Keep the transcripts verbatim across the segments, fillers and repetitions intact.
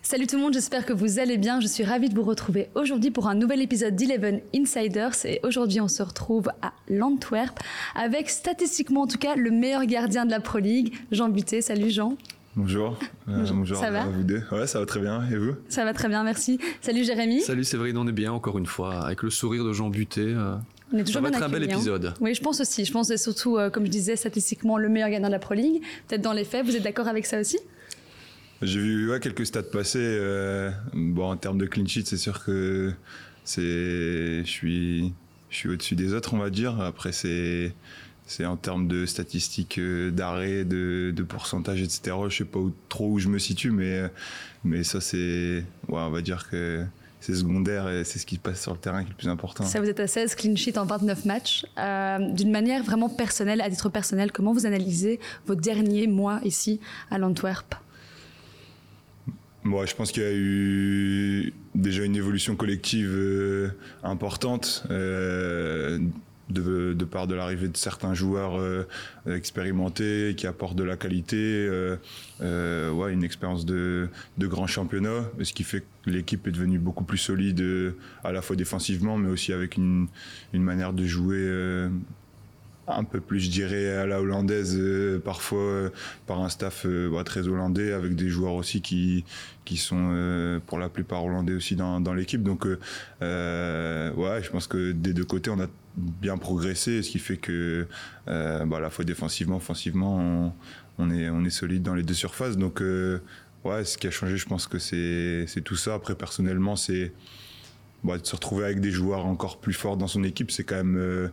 Salut tout le monde, j'espère que vous allez bien. Je suis ravie de vous retrouver aujourd'hui pour un nouvel épisode d'Eleven Insiders. Et aujourd'hui, on se retrouve à l'Antwerp avec, statistiquement en tout cas, le meilleur gardien de la Pro League, Jean Butté. Salut Jean. Bonjour. Euh, bonjour ça va à vous deux. Ouais, ça va très bien. Et vous? Ça va très bien, merci. Salut Jérémy. Salut Séverine, on est bien encore une fois avec le sourire de Jean Butté. Euh, on est toujours ça va bien être un bel épisode. Oui, je pense aussi. Je pense que c'est surtout, euh, comme je disais, statistiquement le meilleur gardien de la Pro League. Peut-être dans les faits, vous êtes d'accord avec ça aussi? J'ai vu ouais, quelques stats passer. Euh, bon, en termes de clean sheet, c'est sûr que c'est, je suis, je suis au-dessus des autres, on va dire. Après, c'est, c'est en termes de statistiques d'arrêt, de, de pourcentage, et cetera. Je sais pas où, trop où je me situe, mais, mais ça, c'est, ouais, on va dire que c'est secondaire et c'est ce qui se passe sur le terrain qui est le plus important. Ça, vous êtes à seize clean sheets en vingt-neuf matchs. Euh, d'une manière vraiment personnelle, à titre personnel, comment vous analysez vos derniers mois ici à l'Antwerp? Bon, je pense qu'il y a eu déjà une évolution collective euh, importante euh, de, de part de l'arrivée de certains joueurs euh, expérimentés qui apportent de la qualité, euh, euh, ouais, une expérience de, de grand championnat, ce qui fait que l'équipe est devenue beaucoup plus solide euh, à la fois défensivement, mais aussi avec une, une manière de jouer euh, un peu plus, je dirais, à la hollandaise, euh, parfois euh, par un staff euh, bah, très hollandais, avec des joueurs aussi qui qui sont euh, pour la plupart hollandais aussi dans dans l'équipe. Donc euh, euh, ouais, je pense que des deux côtés on a bien progressé, ce qui fait que euh, bah, à la fois défensivement, offensivement, on, on est on est solide dans les deux surfaces. Donc euh, ouais, ce qui a changé, je pense que c'est c'est tout ça. Après personnellement, c'est bah, de se retrouver avec des joueurs encore plus forts dans son équipe, c'est quand même euh,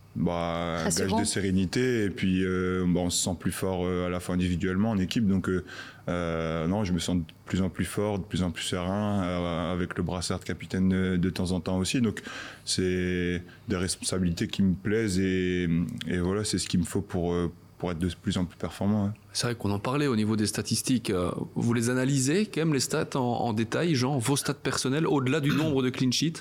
bah, un gage de sérénité, et puis euh, bah, on se sent plus fort euh, à la fois individuellement en équipe, donc euh, euh, non, je me sens de plus en plus fort, de plus en plus serein, euh, avec le brassard de capitaine de, de temps en temps aussi, donc c'est des responsabilités qui me plaisent, et, et voilà, c'est ce qu'il me faut pour, pour être de plus en plus performant. Hein. C'est vrai qu'on en parlait au niveau des statistiques. Vous les analysez quand même, les stats en, en détail, Jean, vos stats personnels, au-delà du nombre de clean sheets?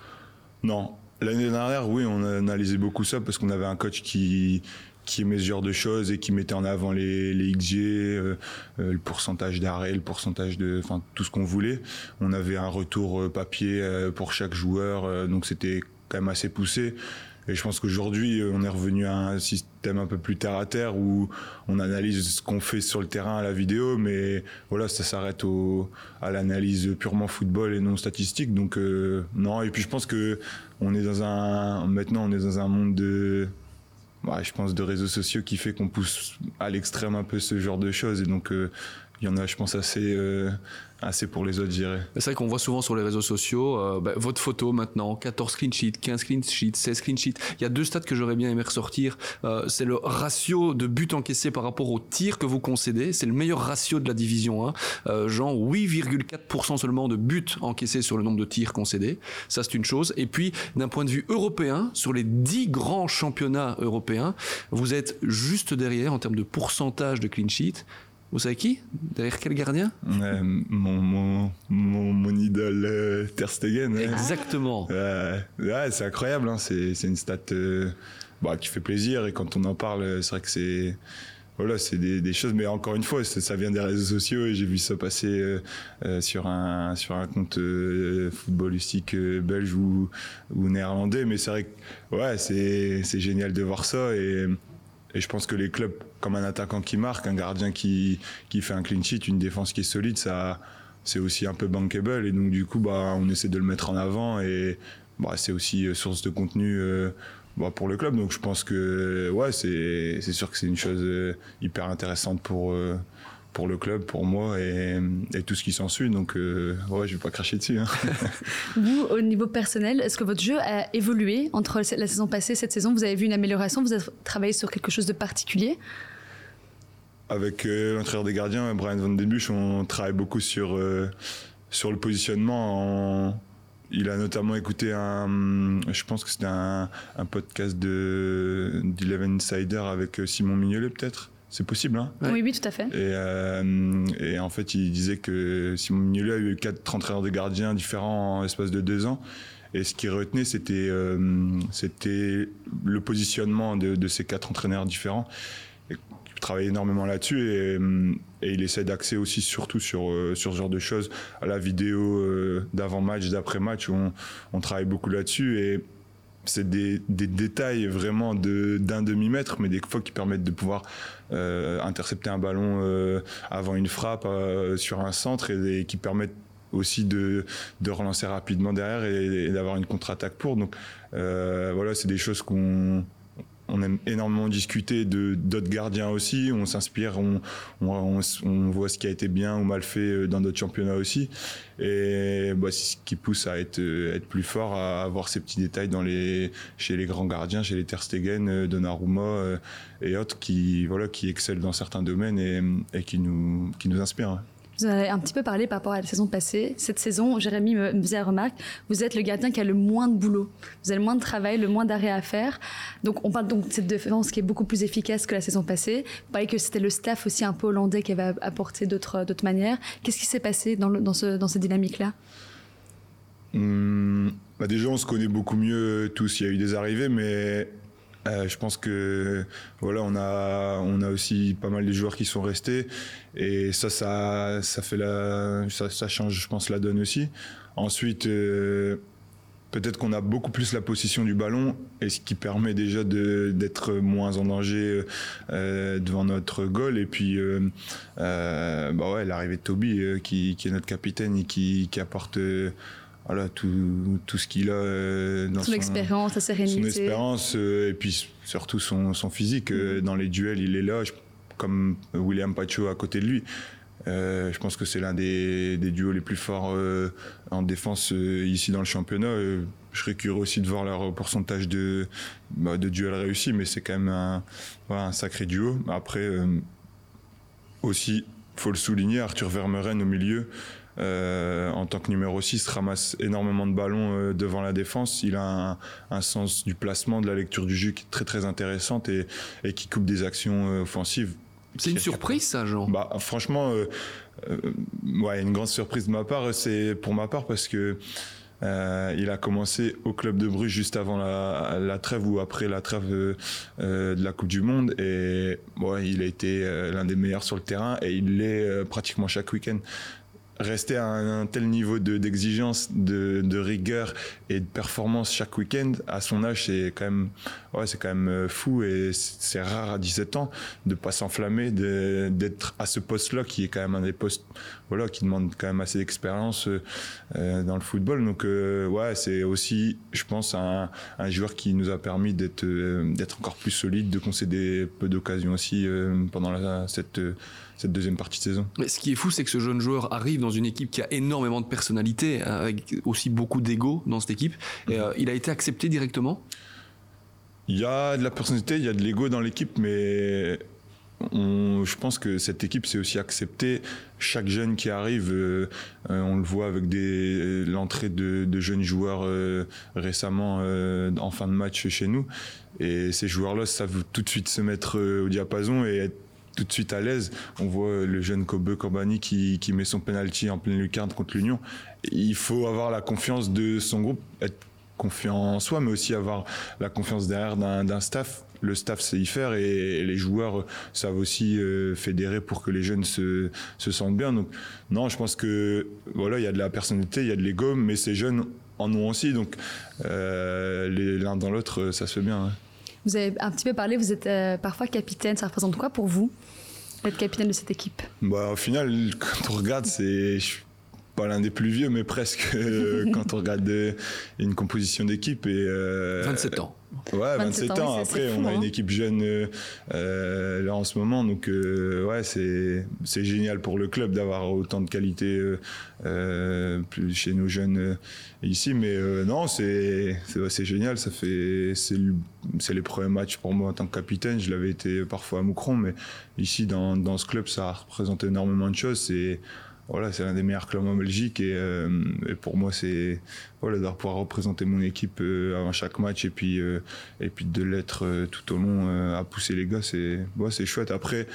Non. L'année dernière, oui, on a analysé beaucoup ça parce qu'on avait un coach qui qui aimait ce genre de choses et qui mettait en avant les, les X G, euh, euh, le pourcentage d'arrêt, le pourcentage de, enfin tout ce qu'on voulait. On avait un retour euh, papier euh, pour chaque joueur, euh, donc c'était quand même assez poussé. Et je pense qu'aujourd'hui, on est revenu à un système un peu plus terre à terre où on analyse ce qu'on fait sur le terrain à la vidéo, mais voilà, ça s'arrête au, à l'analyse purement football et non statistique. Donc euh, non. Et puis je pense que on est dans un, maintenant on est dans un monde de, bah, je pense de réseaux sociaux qui fait qu'on pousse à l'extrême un peu ce genre de choses. Et donc euh, il y en a, je pense, assez, euh, assez pour les autres, je dirais. C'est vrai qu'on voit souvent sur les réseaux sociaux, euh, bah, votre photo maintenant, quatorze clean sheets, quinze clean sheets, seize clean sheets. Il y a deux stats que j'aurais bien aimé ressortir. Euh, c'est le ratio de buts encaissés par rapport aux tirs que vous concédez. C'est le meilleur ratio de la division un. Euh, genre huit virgule quatre pour cent seulement de buts encaissés sur le nombre de tirs concédés. Ça, c'est une chose. Et puis, d'un point de vue européen, sur les dix grands championnats européens, vous êtes juste derrière en termes de pourcentage de clean sheets. Vous savez qui? Derrière quel gardien? euh, mon, mon, mon, mon idole euh, Ter Stegen. Ouais. Exactement. Euh, ouais, c'est incroyable, hein. c'est, c'est une stat euh, bah, qui fait plaisir, et quand on en parle, c'est vrai que c'est, voilà, c'est des, des choses, mais encore une fois, ça vient des réseaux sociaux, et j'ai vu ça passer euh, euh, sur un sur un compte euh, footballistique euh, belge ou, ou néerlandais, mais c'est vrai que ouais, c'est c'est génial de voir ça, et Et je pense que les clubs, comme un attaquant qui marque, un gardien qui qui fait un clean sheet, une défense qui est solide, ça, c'est aussi un peu bankable. Et donc du coup, bah, on essaie de le mettre en avant, et bah, c'est aussi source de contenu euh, bah, pour le club. Donc je pense que ouais, c'est c'est sûr que c'est une chose hyper intéressante pour euh, pour le club, pour moi, et, et tout ce qui s'ensuit. Donc euh, ouais, je vais pas cracher dessus. Hein. Vous, au niveau personnel, est-ce que votre jeu a évolué entre la saison passée et cette saison? Vous avez vu une amélioration? Vous avez travaillé sur quelque chose de particulier? Avec euh, l'entraîneur des gardiens, Brian Van Den Busch, on travaille beaucoup sur euh, sur le positionnement. En... Il a notamment écouté un, je pense que c'était un, un podcast de d'Eleven Insider avec Simon Mignolet, peut-être. C'est possible, hein? Oui, oui, tout à fait. Et, euh, et en fait, il disait que Simon Mignolet a eu quatre entraîneurs de gardiens différents en l'espace de deux ans. Et ce qu'il retenait, c'était, euh, c'était le positionnement de, de ces quatre entraîneurs différents. Et je travaille énormément là-dessus et, et il essaie d'axer aussi surtout sur, sur ce genre de choses, à la vidéo d'avant-match, d'après-match, où on, on travaille beaucoup là-dessus et c'est des, des détails vraiment de, d'un demi-mètre, mais des fois qui permettent de pouvoir euh, intercepter un ballon euh, avant une frappe euh, sur un centre et, et qui permettent aussi de, de relancer rapidement derrière et, et d'avoir une contre-attaque pour. Donc euh, voilà, c'est des choses qu'on on aime énormément discuter de d'autres gardiens aussi. On s'inspire, on, on, on, on voit ce qui a été bien ou mal fait dans d'autres championnats aussi. Et bah, c'est ce qui pousse à être, être plus fort, à avoir ces petits détails dans les, chez les grands gardiens, chez les Ter Stegen, Donnarumma et autres qui, voilà, qui excellent dans certains domaines et, et qui, nous, qui nous inspirent. Vous avez un petit peu parlé par rapport à la saison passée. Cette saison, Jérémy me, me faisait la remarque, vous êtes le gardien qui a le moins de boulot. Vous avez le moins de travail, le moins d'arrêts à faire. Donc on parle donc de cette défense qui est beaucoup plus efficace que la saison passée. Vous parlez que c'était le staff aussi un peu hollandais qui avait apporté d'autres, d'autres manières. Qu'est-ce qui s'est passé dans, le, dans, ce, dans cette dynamique-là ? Hum, bah déjà, on se connaît beaucoup mieux tous. Il y a eu des arrivées, mais... Euh, je pense que voilà, on a on a aussi pas mal de joueurs qui sont restés et ça ça ça fait la ça, ça change, je pense, la donne aussi. Ensuite, euh, peut-être qu'on a beaucoup plus la possession du ballon et ce qui permet déjà de d'être moins en danger euh, devant notre goal. Et puis euh, euh, bah ouais, l'arrivée de Toby euh, qui qui est notre capitaine et qui qui apporte euh, voilà, tout, tout ce qu'il a euh, dans son, son expérience, sa sérénité. Son expérience euh, et puis surtout son, son physique. Euh, dans les duels, il est là, je, comme William Pacho à côté de lui. Euh, je pense que c'est l'un des, des duos les plus forts euh, en défense euh, ici dans le championnat. Euh, je serais curieux aussi de voir leur pourcentage de, bah, de duels réussis, mais c'est quand même un, voilà, un sacré duo. Après, euh, aussi, il faut le souligner, Arthur Vermeuren au milieu. Euh, en tant que numéro six, ramasse énormément de ballons euh, devant la défense. Il a un, un sens du placement, de la lecture du jeu qui est très très intéressante et, et qui coupe des actions euh, offensives. C'est une surprise, ça, Jean. Bah, franchement, euh, euh, ouais, une grande surprise de ma part. C'est pour ma part parce que euh, il a commencé au club de Bruges juste avant la, la trêve ou après la trêve euh, euh, de la Coupe du Monde et ouais, il a été euh, l'un des meilleurs sur le terrain et il l'est euh, pratiquement chaque week-end. Rester à un, un tel niveau de, d'exigence, de, de rigueur et de performance chaque week-end, à son âge, c'est quand même, ouais, c'est quand même fou et c'est rare à dix-sept ans de pas s'enflammer, de, d'être à ce poste-là qui est quand même un des postes, voilà, qui demande quand même assez d'expérience euh, dans le football. Donc, euh, ouais, c'est aussi, je pense, un, un joueur qui nous a permis d'être, euh, d'être encore plus solide, de concéder peu d'occasions aussi euh, pendant la, cette cette deuxième partie de saison. Mais ce qui est fou, c'est que ce jeune joueur arrive dans une équipe qui a énormément de personnalité, avec aussi beaucoup d'ego dans cette équipe. Et euh, il a été accepté directement ? Il y a de la personnalité, il y a de l'ego dans l'équipe, mais on, je pense que cette équipe s'est aussi acceptée. Chaque jeune qui arrive, euh, on le voit avec des, l'entrée de, de jeunes joueurs euh, récemment euh, en fin de match chez nous. Et ces joueurs-là savent tout de suite se mettre au diapason et être tout de suite à l'aise. On voit le jeune Kobe Corbani qui, qui met son penalty en pleine lucarne contre l'Union. Il faut avoir la confiance de son groupe, être confiant en soi, mais aussi avoir la confiance derrière d'un, d'un staff. Le staff sait y faire et, et les joueurs savent aussi euh, fédérer pour que les jeunes se, se sentent bien. Donc non, je pense que voilà, il y a de la personnalité, il y a de l'ego, mais ces jeunes en ont aussi. Donc euh, les, l'un dans l'autre, ça se fait bien. Hein. Vous avez un petit peu parlé, vous êtes euh, parfois capitaine. Ça représente quoi pour vous, d'être capitaine de cette équipe ? Bah, au final, quand on regarde, c'est, je suis pas l'un des plus vieux, mais presque quand on regarde euh, une composition d'équipe. Et, euh, vingt-sept ans. Ouais, vingt-sept, vingt-sept ans. Oui, Après, fou, on a hein. une équipe jeune euh, euh, là en ce moment. Donc, euh, ouais, c'est, c'est génial pour le club d'avoir autant de qualité euh, euh, plus chez nos jeunes euh, ici. Mais euh, non, c'est, c'est, ouais, c'est génial. Ça fait, c'est, c'est les premiers matchs pour moi en tant que capitaine. Je l'avais été parfois à Moucron, mais ici, dans, dans ce club, ça représente énormément de choses. C'est, voilà, c'est l'un des meilleurs clubs en Belgique et, euh, et pour moi c'est voilà, de pouvoir représenter mon équipe euh, avant chaque match et puis euh, et puis de l'être euh, tout au long euh, à pousser les gars, c'est ouais, c'est chouette. Après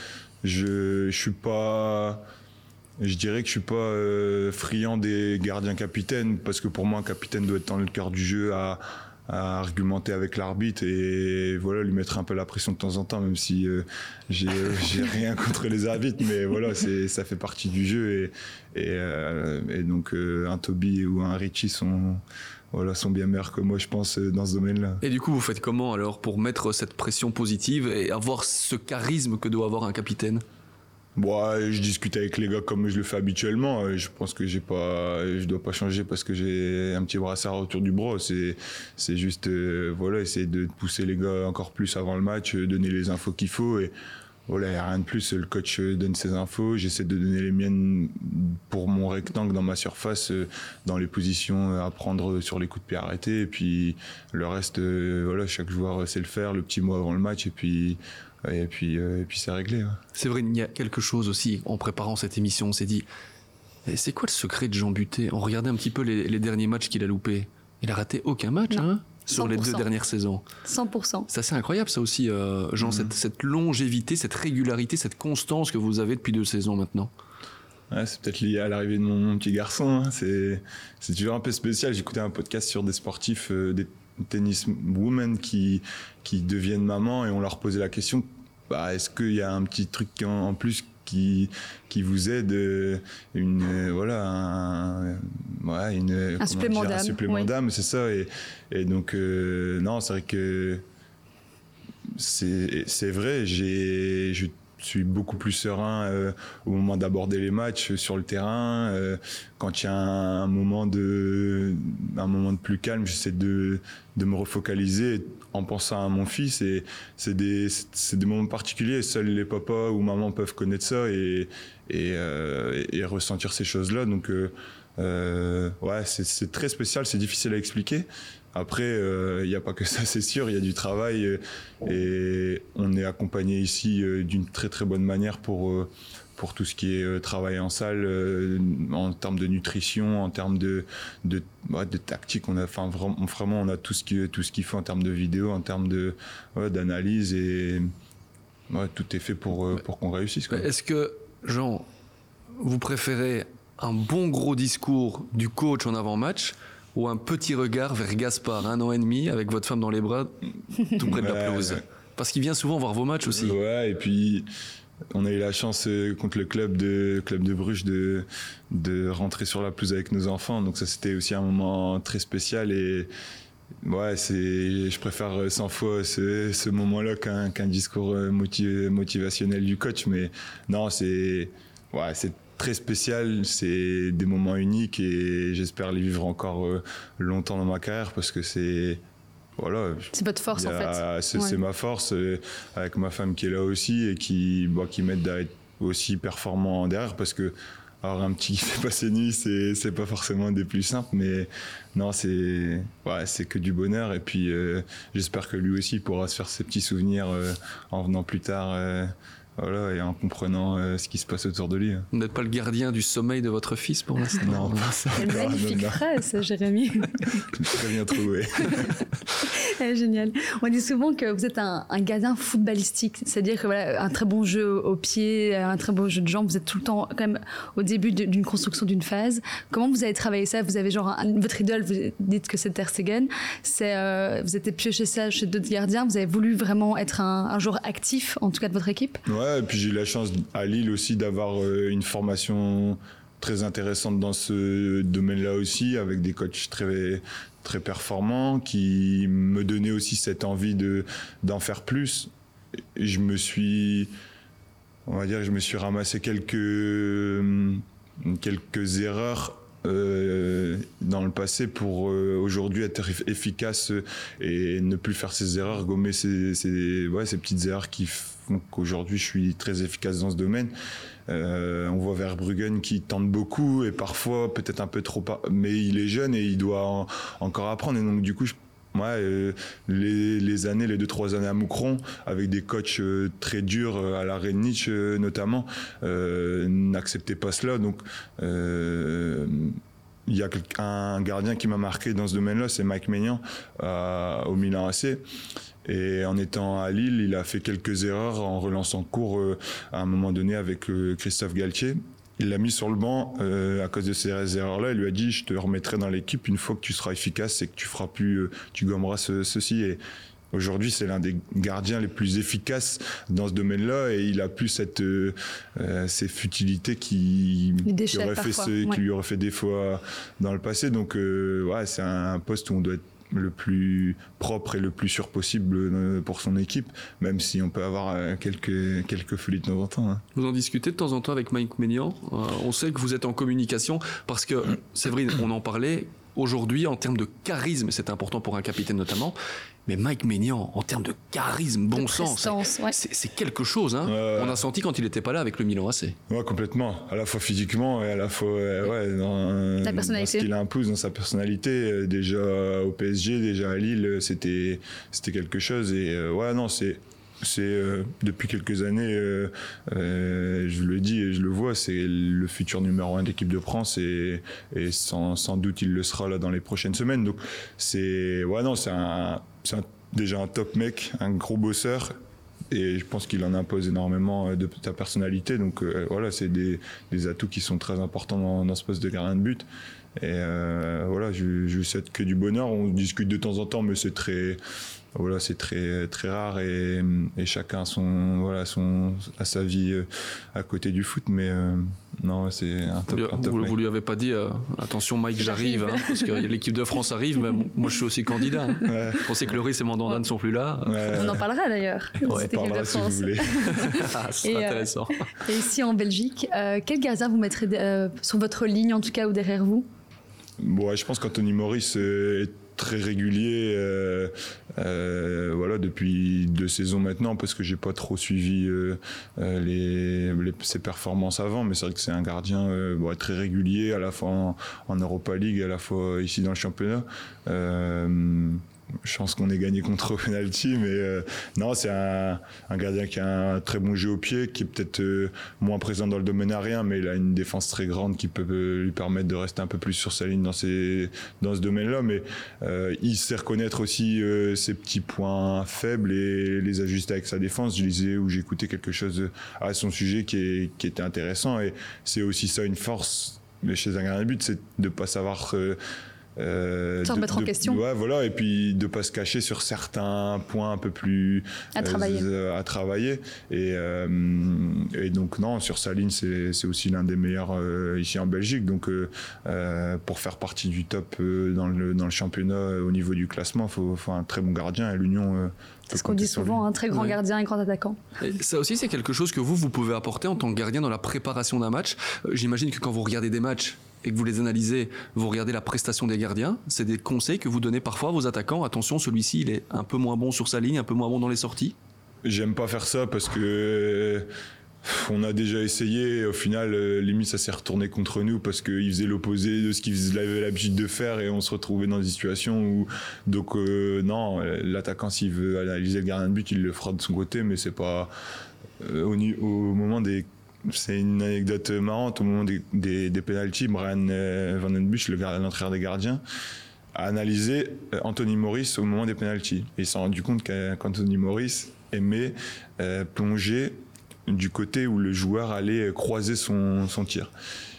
je je suis pas je dirais que je suis pas euh, friand des gardiens capitaines parce que pour moi un capitaine doit être dans le cœur du jeu à à argumenter avec l'arbitre et voilà, lui mettre un peu la pression de temps en temps, même si euh, j'ai, j'ai rien contre les arbitres, mais voilà, c'est, ça fait partie du jeu et, et, euh, et donc euh, un Toby ou un Richie sont, voilà, sont bien meilleurs que moi, je pense, dans ce domaine-là. Et du coup, vous faites comment alors pour mettre cette pression positive et avoir ce charisme que doit avoir un capitaine ? Bon, je discute avec les gars comme je le fais habituellement. Je pense que j'ai pas, je dois pas changer parce que j'ai un petit brassard autour du bras. C'est, c'est juste, euh, voilà, essayer de pousser les gars encore plus avant le match, donner les infos qu'il faut. Et voilà, il n'y a rien de plus. Le coach donne ses infos. J'essaie de donner les miennes pour mon rectangle dans ma surface, dans les positions à prendre sur les coups de pied arrêtés. Et puis le reste, voilà, chaque joueur sait le faire. Le petit mot avant le match. Et puis. Et puis, euh, et puis c'est réglé. Hein. C'est vrai, il y a quelque chose aussi, en préparant cette émission, on s'est dit, c'est quoi le secret de Jean Buté ? On regardait un petit peu les, les derniers matchs qu'il a loupés. Il a raté aucun match hein, sur les deux dernières saisons. cent pour cent. C'est assez incroyable ça aussi, euh, Jean, mmh. cette, cette longévité, cette régularité, cette constance que vous avez depuis deux saisons maintenant. Ouais, c'est peut-être lié à l'arrivée de mon, mon petit garçon. Hein. C'est, c'est toujours un peu spécial. J'écoutais un podcast sur des sportifs, euh, des tennis women qui, qui deviennent mamans et on leur posait la question, bah, est-ce qu'il y a un petit truc en, en plus qui, qui vous aide, une, euh, voilà, un, ouais, une, un supplément dire, d'âme, un supplément oui. d'âme, c'est ça. Et, et donc, euh, non, c'est vrai que c'est, c'est vrai, j'ai, je Je suis beaucoup plus serein euh, au moment d'aborder les matchs sur le terrain. Euh, quand il y a un, un moment de, un moment de plus calme, j'essaie de, de me refocaliser en pensant à mon fils. Et c'est des, c'est des moments particuliers. Seuls les papas ou mamans peuvent connaître ça et, et, euh, et, et ressentir ces choses-là. Donc, euh, euh, ouais, c'est, c'est très spécial. C'est difficile à expliquer. Après, il euh, n'y a pas que ça, c'est sûr, il y a du travail euh, et on est accompagné ici euh, d'une très très bonne manière pour, euh, pour tout ce qui est euh, travail en salle, euh, en termes de nutrition, en termes de, de, ouais, de tactique. On a, enfin, vraiment, vraiment, on a tout ce, qui, tout ce qu'il faut en termes de vidéo, en termes de, ouais, d'analyse et ouais, tout est fait pour, euh, pour qu'on réussisse, quoi. Est-ce que, Jean, vous préférez un bon gros discours du coach en avant-match ou un petit regard vers Gaspard, un an et demi, avec votre femme dans les bras, tout près de la pelouse. Parce qu'il vient souvent voir vos matchs aussi. Ouais, et puis on a eu la chance euh, contre le club de, club de Bruges de, de rentrer sur la pelouse avec nos enfants. Donc ça, c'était aussi un moment très spécial. Et ouais, c'est, je préfère cent fois ce, ce moment-là qu'un, qu'un discours motiv, motivationnel du coach. Mais non, c'est... Ouais, c'est très spécial, c'est des moments uniques et j'espère les vivre encore euh, longtemps dans ma carrière parce que c'est voilà. C'est votre force a, en fait. C'est, ouais. c'est ma force euh, avec ma femme qui est là aussi et qui bah, qui m'aide à être aussi performant derrière parce que avoir un petit qui fait pas ses nuits, c'est c'est pas forcément des plus simples, mais non, c'est ouais, c'est que du bonheur et puis euh, j'espère que lui aussi pourra se faire ses petits souvenirs euh, en venant plus tard. Euh, Voilà, et en comprenant euh, ce qui se passe autour de lui. Vous n'êtes pas le gardien du sommeil de votre fils pour l'instant? Non, pas ça. Quelle magnifique phrase, Jérémy. Très bien trouvé. Génial. On dit souvent que vous êtes un, un gardien footballistique, c'est-à-dire que voilà, un très bon jeu au pied, un très bon jeu de jambes, vous êtes tout le temps quand même au début de, d'une construction d'une phase. Comment vous avez travaillé ça? Vous avez genre un, votre idole, vous dites que c'est Ter Stegen, c'est, euh, vous êtes pioché ça chez d'autres gardiens, vous avez voulu vraiment être un, un joueur actif, en tout cas de votre équipe? Ouais, et puis j'ai eu la chance à Lille aussi d'avoir euh, une formation très intéressante dans ce domaine-là aussi, avec des coachs très, très performants qui me donnaient aussi cette envie de, d'en faire plus. Et je me suis, on va dire, je me suis ramassé quelques, quelques erreurs Euh, dans le passé pour euh, aujourd'hui être efficace et ne plus faire ces erreurs, gommer ces, ces, ouais, ces petites erreurs qui font qu'aujourd'hui je suis très efficace dans ce domaine. Euh, on voit Verbruggen qui tente beaucoup et parfois peut-être un peu trop, mais il est jeune et il doit en, encore apprendre et donc du coup je Ouais, euh, les, les années, les deux trois années à Moucron, avec des coachs euh, très durs euh, à la Renich euh, notamment, euh, n'acceptaient pas cela. Donc, euh, il y a un gardien qui m'a marqué dans ce domaine-là, c'est Mike Maignan euh, au Milan A C. Et en étant à Lille, il a fait quelques erreurs en relançant court euh, à un moment donné avec euh, Christophe Galtier. il l'a mis sur le banc euh, à cause de ces erreurs-là. Il lui a dit, je te remettrai dans l'équipe une fois que tu seras efficace et que tu feras plus, euh, tu gommeras ce, ceci. Et aujourd'hui, c'est l'un des gardiens les plus efficaces dans ce domaine-là, et il a plus cette, euh, ces futilités qui, qui, aurait fait ce, ouais. qui lui auraient fait défaut dans le passé. Donc, euh, ouais, c'est un poste où on doit être le plus propre et le plus sûr possible pour son équipe, même si on peut avoir quelques, quelques folies de temps en temps. Hein. Vous en discutez de temps en temps avec Mike Maignan. Euh, on sait que vous êtes en communication, parce que, c'est vrai, on en parlait, aujourd'hui, en termes de charisme, c'est important pour un capitaine notamment, mais Mike Maignan, en termes de charisme, bon de sens, c'est, ouais. c'est, c'est quelque chose. Hein. Ouais, on a senti quand il n'était pas là avec le Milan A C. Ouais, complètement. À la fois physiquement et à la fois ouais, dans, la personnalité. dans ce qu'il impose, dans sa personnalité. Déjà au P S G, déjà à Lille, c'était, c'était quelque chose. Et euh, ouais, non, c'est... C'est euh, depuis quelques années, euh, euh, je le dis et je le vois, c'est le futur numéro un d'équipe de France, et, et sans, sans doute il le sera là dans les prochaines semaines. Donc c'est ouais non, c'est un, c'est un, déjà un top mec, un gros bosseur. Et je pense qu'il en impose énormément de sa personnalité. Donc euh, voilà, c'est des, des atouts qui sont très importants dans, dans ce poste de gardien de but. Et euh, voilà, je, je souhaite que du bonheur. On discute de temps en temps, mais c'est très, voilà, c'est très très rare, et, et chacun a son, voilà, son, a sa vie à côté du foot. Mais euh, non, c'est un top. Un top vous, mec. vous lui avez pas dit euh, attention Mike, j'arrive, hein, parce que l'équipe de France arrive, mais moi je suis aussi candidat. Hein. Ouais. Je pensais que Lloris et Mandanda ne sont plus là. Ouais. On en parlera d'ailleurs. Ouais, on parlera si vous voulez. Ah, c'est et, intéressant. Euh, et ici en Belgique, euh, quel gardien vous mettrez euh, sur votre ligne, en tout cas, ou derrière vous? Bon, ouais, je pense qu'Anthony Maurice euh, est très régulier, euh, euh, voilà, depuis deux saisons maintenant, parce que j'ai pas trop suivi euh, les, les, ses performances avant, mais c'est vrai que c'est un gardien euh, bon, très régulier, à la fois en, en Europa League, à la fois ici dans le championnat. Euh, chance qu'on ait gagné contre au penalty, mais euh, non, c'est un, un gardien qui a un très bon jeu au pied, qui est peut-être euh, moins présent dans le domaine aérien, mais il a une défense très grande qui peut euh, lui permettre de rester un peu plus sur sa ligne dans, ces, dans ce domaine-là, mais euh, il sait reconnaître aussi euh, ses petits points faibles et les ajuster avec sa défense. Je lisais ou j'écoutais quelque chose à son sujet qui, est, qui était intéressant, et c'est aussi ça une force chez un gardien de but, c'est de ne pas savoir... Euh, Euh, se remettre en question. Ouais, voilà, et puis de pas se cacher sur certains points un peu plus à travailler. Euh, à travailler. Et, euh, et donc non, sur sa ligne, c'est, c'est aussi l'un des meilleurs euh, ici en Belgique. Donc euh, euh, pour faire partie du top euh, dans le dans le championnat euh, au niveau du classement, faut, faut un très bon gardien. Et l'Union. Euh, c'est ce qu'on dit souvent, un très grand ouais. gardien et grand attaquant. Et ça aussi, c'est quelque chose que vous vous pouvez apporter en tant que gardien dans la préparation d'un match. Euh, j'imagine que quand vous regardez des matchs et que vous les analysez, vous regardez la prestation des gardiens, c'est des conseils que vous donnez parfois à vos attaquants. Attention, celui-ci, il est un peu moins bon sur sa ligne, un peu moins bon dans les sorties. J'aime pas faire ça parce que on a déjà essayé, au final, limite ça s'est retourné contre nous parce qu'ils faisaient l'opposé de ce qu'ils avaient l'habitude de faire, et on se retrouvait dans des situations où, donc euh, non, l'attaquant, s'il veut analyser le gardien de but, il le fera de son côté, mais c'est pas euh, au, au moment des... C'est une anecdote marrante. Au moment des, des, des pénaltys, Brian Van Den Busch, le gardien, l'entraîneur des gardiens, a analysé Anthony Maurice au moment des pénaltys. Et il s'est rendu compte qu'Anthony Maurice aimait euh, plonger du côté où le joueur allait croiser son, son tir.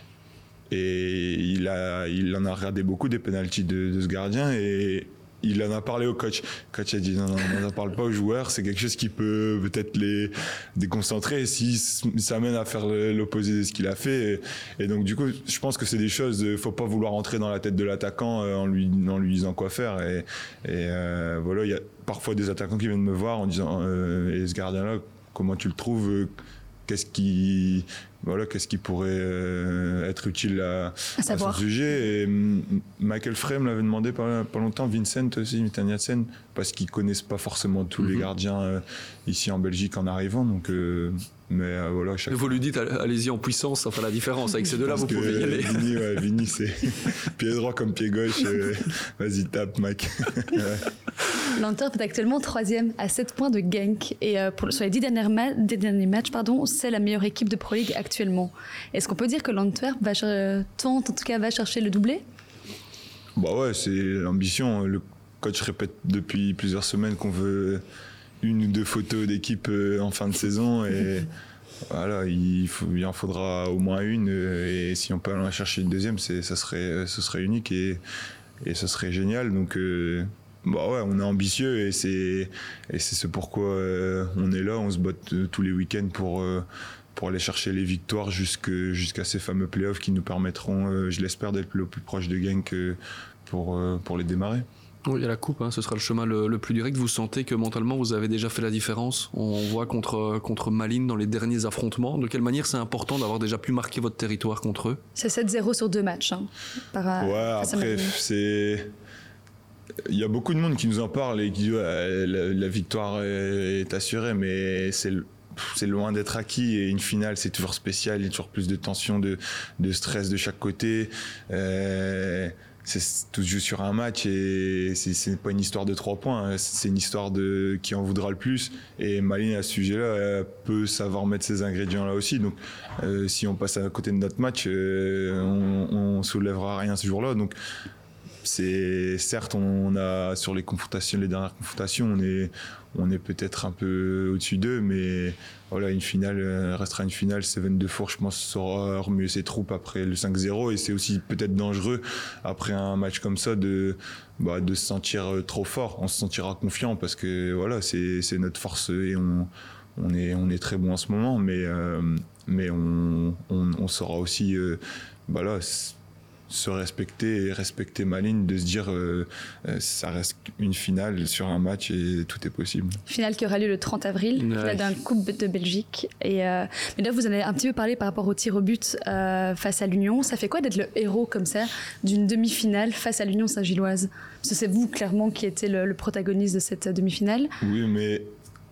Et il, a, il en a regardé beaucoup des pénaltys de, de ce gardien, et il en a parlé au coach. Le coach a dit non, non, on n'en parle pas aux joueurs, c'est quelque chose qui peut peut-être les déconcentrer si ça mène à faire l'opposé de ce qu'il a fait. Et, et donc, du coup, je pense que c'est des choses, il ne faut pas vouloir entrer dans la tête de l'attaquant en lui, en lui disant quoi faire. Et, et euh, voilà, il y a parfois des attaquants qui viennent me voir en disant euh, et ce gardien-là, comment tu le trouves? Qu'est-ce qui, voilà, qu'est-ce qui pourrait euh, être utile à, à, à son sujet? Et Michael Frey me l'avait demandé pas, pas longtemps, Vincent aussi, Mitaniasen, parce qu'ils connaissent pas forcément tous mm-hmm. les gardiens euh, ici en Belgique en arrivant. Donc, euh, mais euh, voilà. Chaque... Vous lui dites, allez-y en puissance, ça fera la différence. Avec ces deux-là, vous pouvez y aller. Vini, ouais, Vini, c'est pied droit comme pied gauche. Euh, vas-y, tape, Mike. Ouais. L'Antwerp est actuellement troisième à sept points de Genk, et euh, pour, sur les dix derniers, ma- dix derniers matchs, pardon, c'est la meilleure équipe de Pro League actuellement. Est-ce qu'on peut dire que l'Antwerp va ch- tente, en tout cas, va chercher le doublé? Bah ouais, c'est l'ambition. Le coach répète depuis plusieurs semaines qu'on veut une ou deux photos d'équipe en fin de saison, et voilà, il, faut, il en faudra au moins une, et si on peut aller chercher une deuxième, c'est, ça serait, ce serait unique et, et ce serait génial. Donc, euh, bah ouais, on est ambitieux et c'est, et c'est ce pourquoi euh, on est là, on se bat t- tous les week-ends pour, euh, pour aller chercher les victoires jusque, jusqu'à ces fameux playoffs qui nous permettront, euh, je l'espère, d'être le plus proche de Genk pour, euh, pour les démarrer. Oui, il y a la coupe, hein, ce sera le chemin le, le plus direct. Vous sentez que mentalement vous avez déjà fait la différence? On voit contre, contre Malines dans les derniers affrontements. De quelle manière c'est important d'avoir déjà pu marquer votre territoire contre eux? C'est sept zéro sur deux matchs. Hein, par, ouais, après, c'est... Il y a beaucoup de monde qui nous en parle et qui dit ouais, la, la victoire est, est assurée, mais c'est, c'est loin d'être acquis. Et une finale, c'est toujours spécial. Il y a toujours plus de tension, de, de stress de chaque côté. Euh, C'est tout se joue sur un match et c'est, c'est pas une histoire de trois points, c'est une histoire de qui en voudra le plus. Et Malines à ce sujet-là peut savoir mettre ces ingrédients-là aussi. Donc, euh, si on passe à côté de notre match, euh, on, on soulèvera rien ce jour-là. Donc, c'est certes, on a sur les confrontations, les dernières confrontations, on est, on est peut-être un peu au-dessus d'eux, mais voilà, une finale restera une finale. Seven de Four, je pense, saura remuer ses troupes après le cinq zéro, et c'est aussi peut-être dangereux après un match comme ça de, bah, de se sentir trop fort. On se sentira confiant parce que voilà, c'est, c'est notre force et on, on est, on est très bon en ce moment, mais, euh, mais on, on, on saura aussi, euh, bah là, se respecter et respecter Malines, de se dire euh, euh, ça reste une finale sur un match et tout est possible. Finale qui aura lieu le trente avril, ouais. Finale d'un Coupe de Belgique. Et euh, mais là, vous en avez un petit peu parlé par rapport au tir au but euh, face à l'Union. Ça fait quoi d'être le héros comme ça d'une demi-finale face à l'Union Saint-Gilloise? Parce que c'est vous clairement qui étiez le, le protagoniste de cette demi-finale. Oui, mais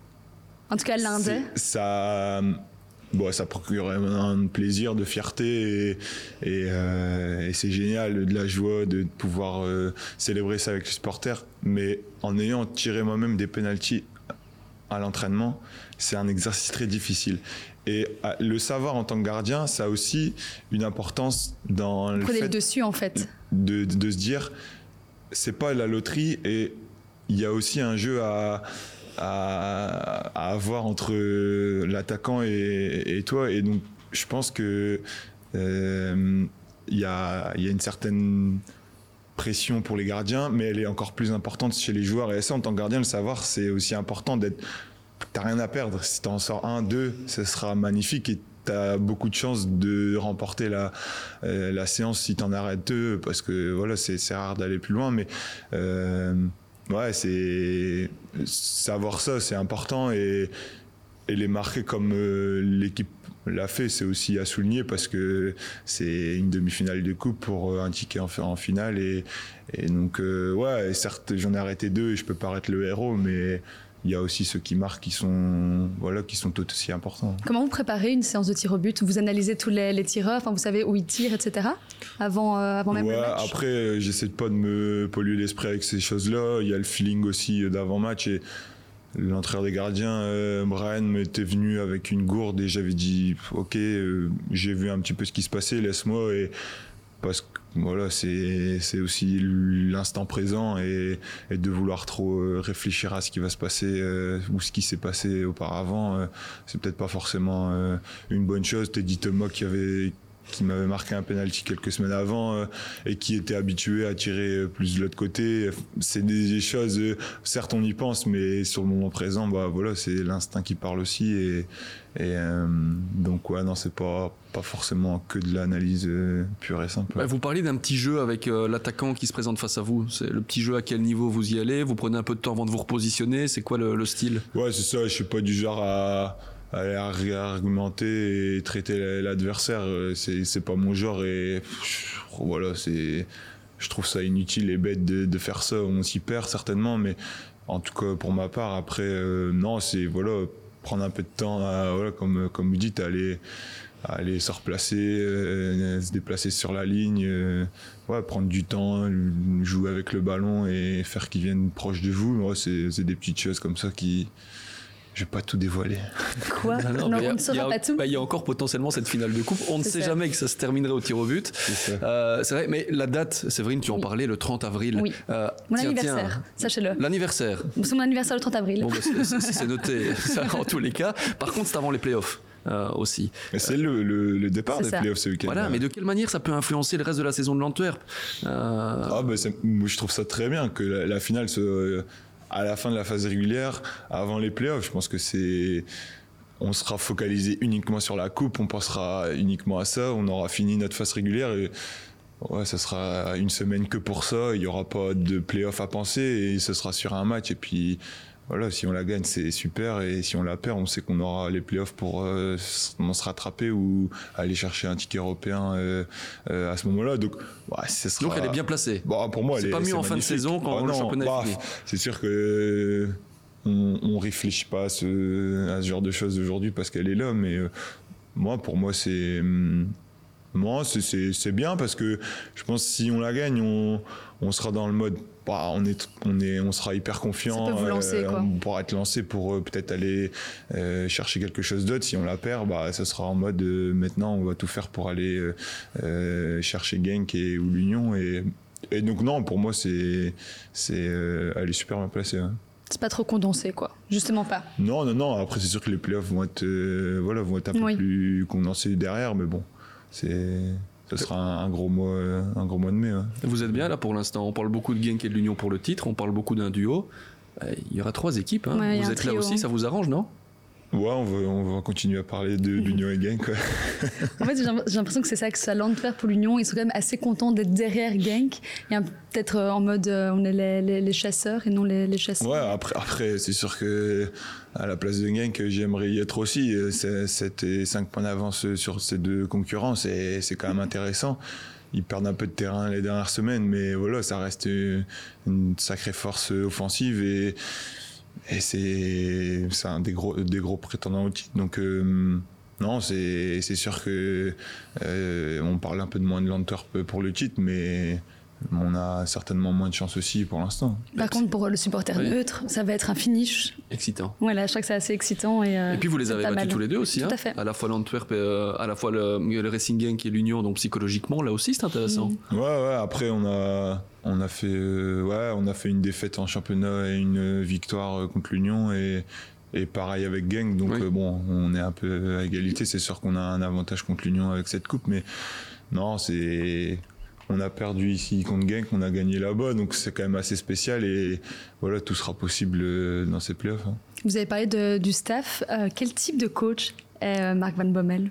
en tout cas l'un des. Ça. Bon, ça procure un plaisir de fierté et, et, euh, et c'est génial, de la joie de pouvoir euh, célébrer ça avec les supporters. Mais en ayant tiré moi-même des pénaltys à l'entraînement, c'est un exercice très difficile. Et le savoir en tant que gardien, ça a aussi une importance dans le Prenez fait le dessus en fait. De, de, de se dire, c'est pas la loterie et il y a aussi un jeu à... À, à avoir entre l'attaquant et, et toi, et donc je pense que euh, il y a, y a une certaine pression pour les gardiens, mais elle est encore plus importante chez les joueurs, et ça en tant que gardien, le savoir, c'est aussi important d'être, t'as rien à perdre, si t'en sors un, deux, ce sera magnifique et t'as beaucoup de chances de remporter la, euh, la séance si t'en arrêtes deux, parce que voilà, c'est, c'est rare d'aller plus loin, mais euh, ouais, c'est savoir ça, c'est important, et, et les marquer comme euh, l'équipe l'a fait, c'est aussi à souligner parce que c'est une demi-finale de coupe pour un ticket en, en finale, et, et donc euh, ouais, certes j'en ai arrêté deux et je peux paraître le héros, mais il y a aussi ceux qui marquent qui sont, voilà, qui sont tout aussi importants. Comment vous préparez une séance de tir au but? Vous analysez tous les, les tireurs, enfin, vous savez où ils tirent, et cetera. Avant, euh, avant même ouais, le match? Après, euh, j'essaie de pas de me polluer l'esprit avec ces choses-là. Il y a le feeling aussi d'avant-match. Et l'entraîneur des gardiens, euh, Brian, m'était venu avec une gourde et j'avais dit « Ok, euh, j'ai vu un petit peu ce qui se passait, laisse-moi. » Et parce que voilà, c'est, c'est aussi l'instant présent et, et de vouloir trop réfléchir à ce qui va se passer euh, ou ce qui s'est passé auparavant, euh, c'est peut-être pas forcément euh, une bonne chose. Teddy Thomas qui avait qui m'avait marqué un penalty quelques semaines avant euh, et qui était habitué à tirer plus de l'autre côté. C'est des choses, euh, certes on y pense, mais sur le moment présent, bah voilà, c'est l'instinct qui parle aussi. Et, et euh, donc ouais, non, c'est pas pas forcément que de l'analyse euh, pure et simple. Bah, vous parlez d'un petit jeu avec euh, l'attaquant qui se présente face à vous. C'est le petit jeu, à quel niveau vous y allez? Vous prenez un peu de temps avant de vous repositionner? C'est quoi le, le style? Ouais, c'est ça. Je suis pas du genre à aller argumenter et traiter l'adversaire, c'est, c'est pas mon genre, et voilà, c'est, je trouve ça inutile et bête de, de faire ça. On s'y perd certainement, mais en tout cas pour ma part, après, euh, non, c'est voilà, prendre un peu de temps, à, voilà, comme, comme vous dites, aller, aller se replacer, euh, se déplacer sur la ligne, euh, ouais, prendre du temps, jouer avec le ballon et faire qu'il vienne proche de vous. Ouais, c'est, c'est des petites choses comme ça qui... Je vais pas tout dévoiler. Quoi? Non, non, on ne saura pas tout. Il bah, y a encore potentiellement cette finale de coupe. On ne sait ça. jamais que ça se terminerait au tir au but. C'est, euh, c'est vrai, mais la date, Séverine, tu en oui. parlais, le trente avril. Oui. Euh, mon tiens, anniversaire, tiens, sachez-le. L'anniversaire. C'est mon anniversaire le trente avril. Bon, bah, c'est, c'est, c'est noté ça, en tous les cas. Par contre, c'est avant les playoffs. euh, aussi. Mais c'est le, le, le départ C'est des ça. playoffs ce week-end. Voilà, mais de quelle manière ça peut influencer le reste de la saison de l'Antwerp euh... ah, bah, c'est, moi, je trouve ça très bien que la, la finale se, à la fin de la phase régulière, avant les playoffs, je pense que c'est... On sera focalisé uniquement sur la coupe, on pensera uniquement à ça, on aura fini notre phase régulière et ouais, ça sera une semaine que pour ça, il n'y aura pas de play-off à penser et ce sera sur un match et puis voilà, si on la gagne c'est super et si on la perd on sait qu'on aura les play-offs pour euh, se rattraper ou aller chercher un ticket européen euh, euh, à ce moment-là. Donc, ouais, ce sera... Donc elle est bien placée. Bon, pour moi, c'est elle pas est, mieux c'est en fin de magnifique. saison quand oh, le non, championnat bah, est fini. C'est sûr que on, on réfléchit pas à ce, à ce genre de choses aujourd'hui parce qu'elle est là, mais euh, moi, pour moi, c'est, moi, c'est, c'est, c'est bien parce que je pense que si on la gagne, on, on sera dans le mode, bah, on est, on est, on sera hyper confiant. Ça peut vous lancer, euh, quoi. On pourra être lancé pour euh, peut-être aller euh, chercher quelque chose d'autre. Si on la perd, bah, ça sera en mode euh, maintenant, on va tout faire pour aller euh, euh, chercher Genk et ou l'Union et et donc non, pour moi, c'est, c'est, euh, elle est super bien placée. Hein. C'est pas trop condensé, quoi. Justement pas. Non, non, non. Après, c'est sûr que les playoffs vont être, euh, voilà, vont être un peu Oui. plus condensés derrière, mais bon, c'est, ça sera un, un gros mois, euh, un gros mois de mai. Hein. Vous êtes bien là pour l'instant. On parle beaucoup de Genk et de l'Union pour le titre. On parle beaucoup d'un duo. Euh, Il y aura trois équipes. Hein. Ouais, il y a vous un êtes là trio, aussi, hein. ça vous arrange, non? Ouais, on va, on va continuer à parler de l'Union et Genk. Quoi. En fait, j'ai j'ai l'impression que c'est ça, que ça l'Antwerp pour l'Union, ils sont quand même assez contents d'être derrière Genk. Il y a peut-être euh, en mode euh, on est les, les, les chasseurs et non les, les chasseurs. Ouais, après, après, c'est sûr que à la place de Genk, j'aimerais y être aussi. C'est, c'était cinq points d'avance sur ces deux concurrents, c'est, c'est quand même intéressant. Ils perdent un peu de terrain les dernières semaines, mais voilà, ça reste une sacrée force offensive et, et c'est, c'est un des gros, des gros prétendants au titre. Donc, euh, non, c'est, c'est sûr que euh, on parle un peu de moins de l'Antwerp pour le titre, mais on a certainement moins de chance aussi pour l'instant. Par contre, pour le supporter Oui. neutre, ça va être un finish. Excitant. Voilà, je crois que c'est assez excitant. Et, euh, Et puis vous les c'est avez pas battus mal. tous les deux aussi, Tout hein. à fait. À la fois l'Antwerp, et, euh, à la fois le, le Racing Genk et l'Union, donc psychologiquement là aussi c'est intéressant. Mm. Ouais, ouais. Après, on a, on a fait, euh, ouais, on a fait une défaite en championnat et une victoire euh, contre l'Union et, et pareil avec Genk. Donc Oui. euh, bon, on est un peu à égalité. C'est sûr qu'on a un avantage contre l'Union avec cette coupe, mais non, c'est, on a perdu ici contre Genk, on a gagné là-bas, donc c'est quand même assez spécial et voilà, tout sera possible euh, dans ces playoffs. Hein. Vous avez parlé de, du staff. Euh, quel type de coach est euh, Mark Van Bommel?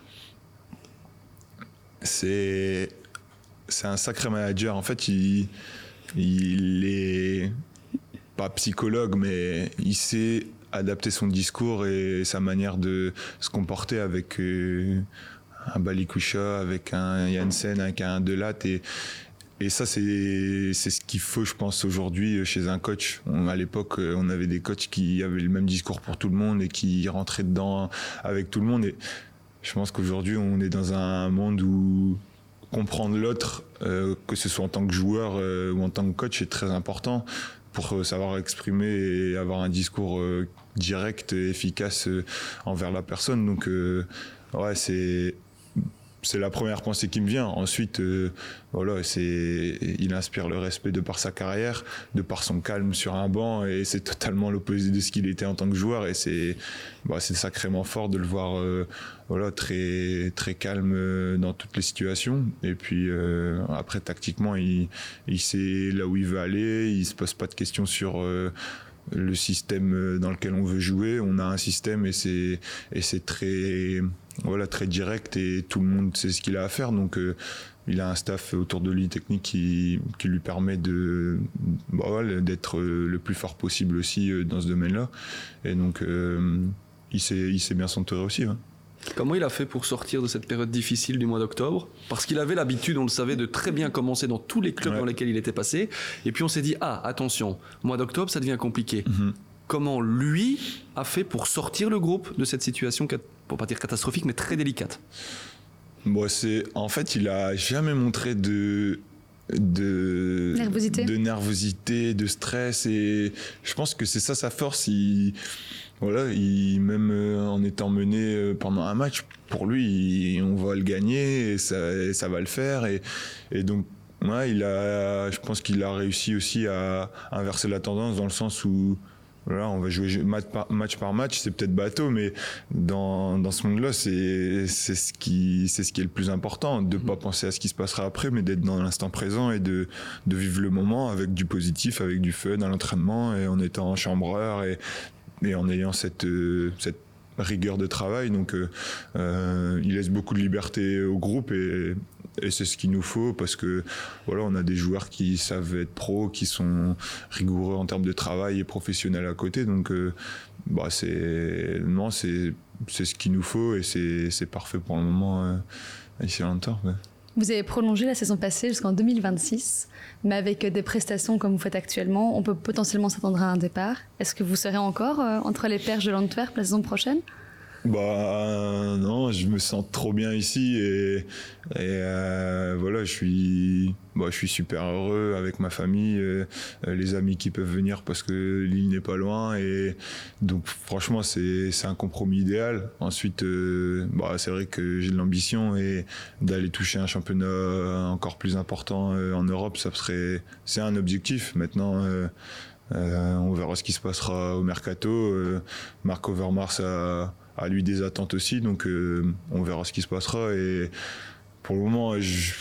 C'est, c'est un sacré manager. En fait, il, il est pas psychologue, mais il sait adapter son discours et sa manière de se comporter avec euh, un Balikwisha, avec un Janssen, avec un Delatte et et ça, c'est, c'est ce qu'il faut, je pense, aujourd'hui chez un coach. On, à l'époque, on avait des coachs qui avaient le même discours pour tout le monde et qui rentraient dedans avec tout le monde. Et je pense qu'aujourd'hui, on est dans un monde où comprendre l'autre, euh, que ce soit en tant que joueur euh, ou en tant que coach, est très important pour euh, savoir exprimer et avoir un discours euh, direct et efficace euh, envers la personne. Donc, euh, ouais, c'est... C'est la première pensée qui me vient. Ensuite, euh, voilà, c'est, il inspire le respect de par sa carrière, de par son calme sur un banc, et c'est totalement l'opposé de ce qu'il était en tant que joueur. Et c'est, bah, c'est sacrément fort de le voir, euh, voilà, très, très calme euh, dans toutes les situations. Et puis euh, après, tactiquement, il, il sait là où il veut aller. Il se pose pas de questions sur euh, le système dans lequel on veut jouer. On a un système et c'est, et c'est très, voilà, très direct et tout le monde sait ce qu'il a à faire. Donc, euh, il a un staff autour de lui technique qui, qui lui permet de, bah, voilà, d'être le plus fort possible aussi dans ce domaine-là. Et donc, euh, il sait, il sait bien s'entourer aussi. Hein. Comment il a fait pour sortir de cette période difficile du mois d'octobre? Parce qu'il avait l'habitude, on le savait, de très bien commencer dans tous les clubs ouais. dans lesquels il était passé. Et puis on s'est dit, ah, attention, mois d'octobre, ça devient compliqué. Mm-hmm. Comment lui a fait pour sortir le groupe de cette situation, pour pas dire catastrophique, mais très délicate? Bon, c'est, en fait, il a jamais montré de... de nervosité. de nervosité, de stress, et je pense que c'est ça sa force. Il, voilà, il, même en étant mené pendant un match, pour lui, il, on va le gagner et ça, et ça va le faire. Et, et donc, ouais, il a, je pense qu'il a réussi aussi à inverser la tendance dans le sens où voilà, on va jouer match par match, par match, c'est peut-être bateau, mais dans, dans ce monde-là, c'est, c'est, ce qui, c'est ce qui est le plus important, de ne mmh. pas penser à ce qui se passera après, mais d'être dans l'instant présent et de, de vivre le moment avec du positif, avec du fun à l'entraînement et en étant chambreur et, et en ayant cette, cette rigueur de travail. Donc, euh, il laisse beaucoup de liberté au groupe et Et c'est ce qu'il nous faut parce que voilà, on a des joueurs qui savent être pros, qui sont rigoureux en termes de travail et professionnels à côté. Donc, euh, bah c'est non, c'est c'est ce qu'il nous faut et c'est c'est parfait pour le moment euh, ici à l'Antwerp. Ouais. Vous avez prolongé la saison passée jusqu'en deux mille vingt-six, mais avec des prestations comme vous faites actuellement, on peut potentiellement s'attendre à un départ. Est-ce que vous serez encore euh, entre les perches de l'Antwerp la saison prochaine? Bah euh, non, je me sens trop bien ici et, et euh, voilà, je suis, bah, je suis super heureux avec ma famille, euh, les amis qui peuvent venir parce que l'île n'est pas loin et donc franchement c'est c'est un compromis idéal. Ensuite, euh, bah c'est vrai que j'ai de l'ambition et d'aller toucher un championnat encore plus important euh, en Europe, ça serait, c'est un objectif. Maintenant. Euh, Euh, on verra ce qui se passera au mercato. Euh, Marc Overmars a, a lui des attentes aussi, donc euh, on verra ce qui se passera. Et pour le moment,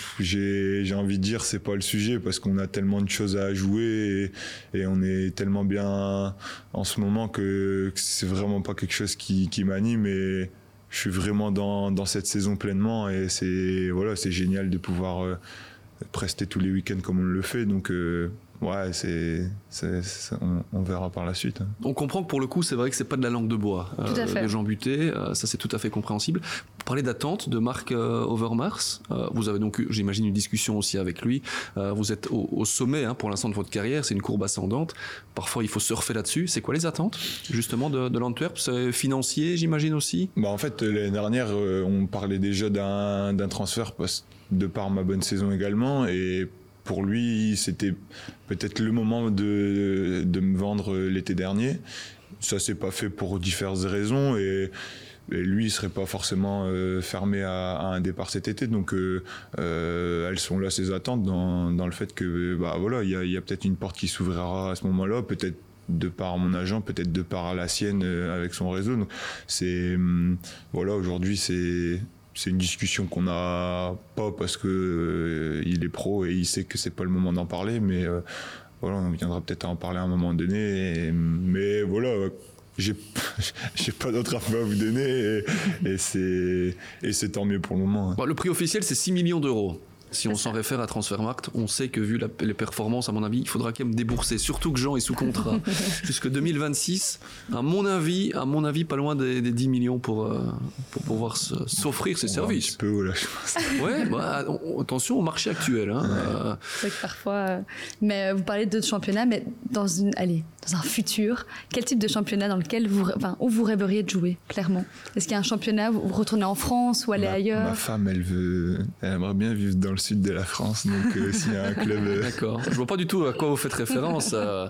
j'ai, j'ai envie de dire c'est pas le sujet parce qu'on a tellement de choses à jouer et, et on est tellement bien en ce moment que, que c'est vraiment pas quelque chose qui, qui m'anime. Et je suis vraiment dans, dans cette saison pleinement et c'est voilà, c'est génial de pouvoir euh, prester tous les week-ends comme on le fait. Donc euh, Ouais, c'est, c'est, c'est on, on verra par la suite. On comprend que pour le coup, c'est vrai que c'est pas de la langue de bois euh, de Jean Buté, euh, ça c'est tout à fait compréhensible. Vous parlez d'attente de Marc euh, Overmars, euh, vous avez donc eu, j'imagine, une discussion aussi avec lui. Euh, vous êtes au, au sommet hein, pour l'instant de votre carrière, c'est une courbe ascendante. Parfois, il faut surfer là-dessus. C'est quoi les attentes justement de, de l'Antwerp? C'est financier, j'imagine aussi. Bah en fait, l'année dernière, euh, on parlait déjà d'un, d'un transfert parce, de par ma bonne saison également et pour lui, c'était peut-être le moment de, de me vendre l'été dernier. Ça s'est pas fait pour diverses raisons et, et lui, il serait pas forcément euh, fermé à, à un départ cet été. Donc, euh, euh, elles sont là, ses attentes, dans, dans le fait que, bah voilà, il y a, y a peut-être une porte qui s'ouvrira à ce moment-là, peut-être de par mon agent, peut-être de par la sienne euh, avec son réseau. Donc, c'est, hum, voilà, aujourd'hui, c'est... C'est une discussion qu'on n'a pas parce que euh, il est pro et il sait que c'est pas le moment d'en parler, mais euh, voilà, on viendra peut-être à en parler à un moment donné. Et, mais voilà, j'ai j'ai pas d'autre info à vous donner et, et c'est et c'est tant mieux pour le moment. Bon, le prix officiel c'est six millions d'euros. Si on s'en réfère à Transfermarkt, on sait que vu la, les performances, à mon avis, il faudra quand même débourser. Surtout que Jean est sous contrat jusque deux mille vingt-six. À mon avis, à mon avis, pas loin des, des dix millions pour, euh, pour pouvoir se, s'offrir ses on services. Un petit peu, voilà, je pense. Ouais, bah, on, attention au marché actuel. Hein. Ouais. Euh... C'est vrai que parfois. Euh, mais vous parlez de championnat, mais dans une, allez, dans un futur, quel type de championnat dans lequel vous, enfin, où vous rêveriez de jouer, clairement? Est-ce qu'il y a un championnat où vous retournez en France ou aller ma, ailleurs? Ma femme, elle veut, elle aimerait bien vivre dans le sud de la France, donc euh, s'il y a un club... Euh... D'accord, je vois pas du tout à quoi vous faites référence. Euh...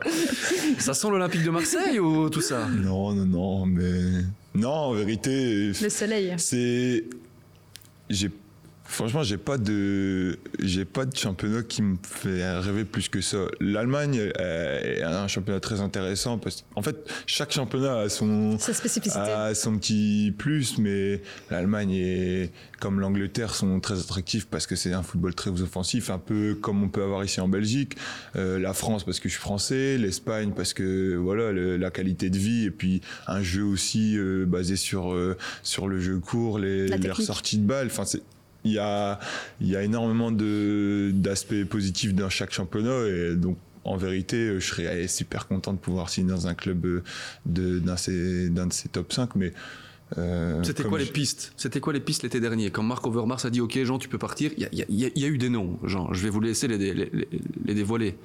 Ça sent l'Olympique de Marseille ou tout ça? Non, non, non, mais... Non, en vérité... Le soleil. C'est... J'ai... Franchement, j'ai pas de, j'ai pas de championnat qui me fait rêver plus que ça. L'Allemagne est un championnat très intéressant parce qu'en fait, chaque championnat a son, sa spécificité, a son petit plus, mais l'Allemagne et comme l'Angleterre sont très attractifs parce que c'est un football très offensif, un peu comme on peut avoir ici en Belgique. Euh, la France parce que je suis français, l'Espagne parce que voilà le, la qualité de vie et puis un jeu aussi euh, basé sur euh, sur le jeu court, les, les ressorties de balles. Enfin, c'est Il y a, il y a énormément de, d'aspects positifs dans chaque championnat et donc en vérité je serais super content de pouvoir signer dans un club de, d'un, de ces, d'un de ces top cinq mais euh, c'était quoi je... les pistes C'était quoi les pistes l'été dernier quand Marc Overmars a dit ok Jean tu peux partir, il y a, il y a, il y a eu des noms Jean, je vais vous laisser les, les, les, les dévoiler.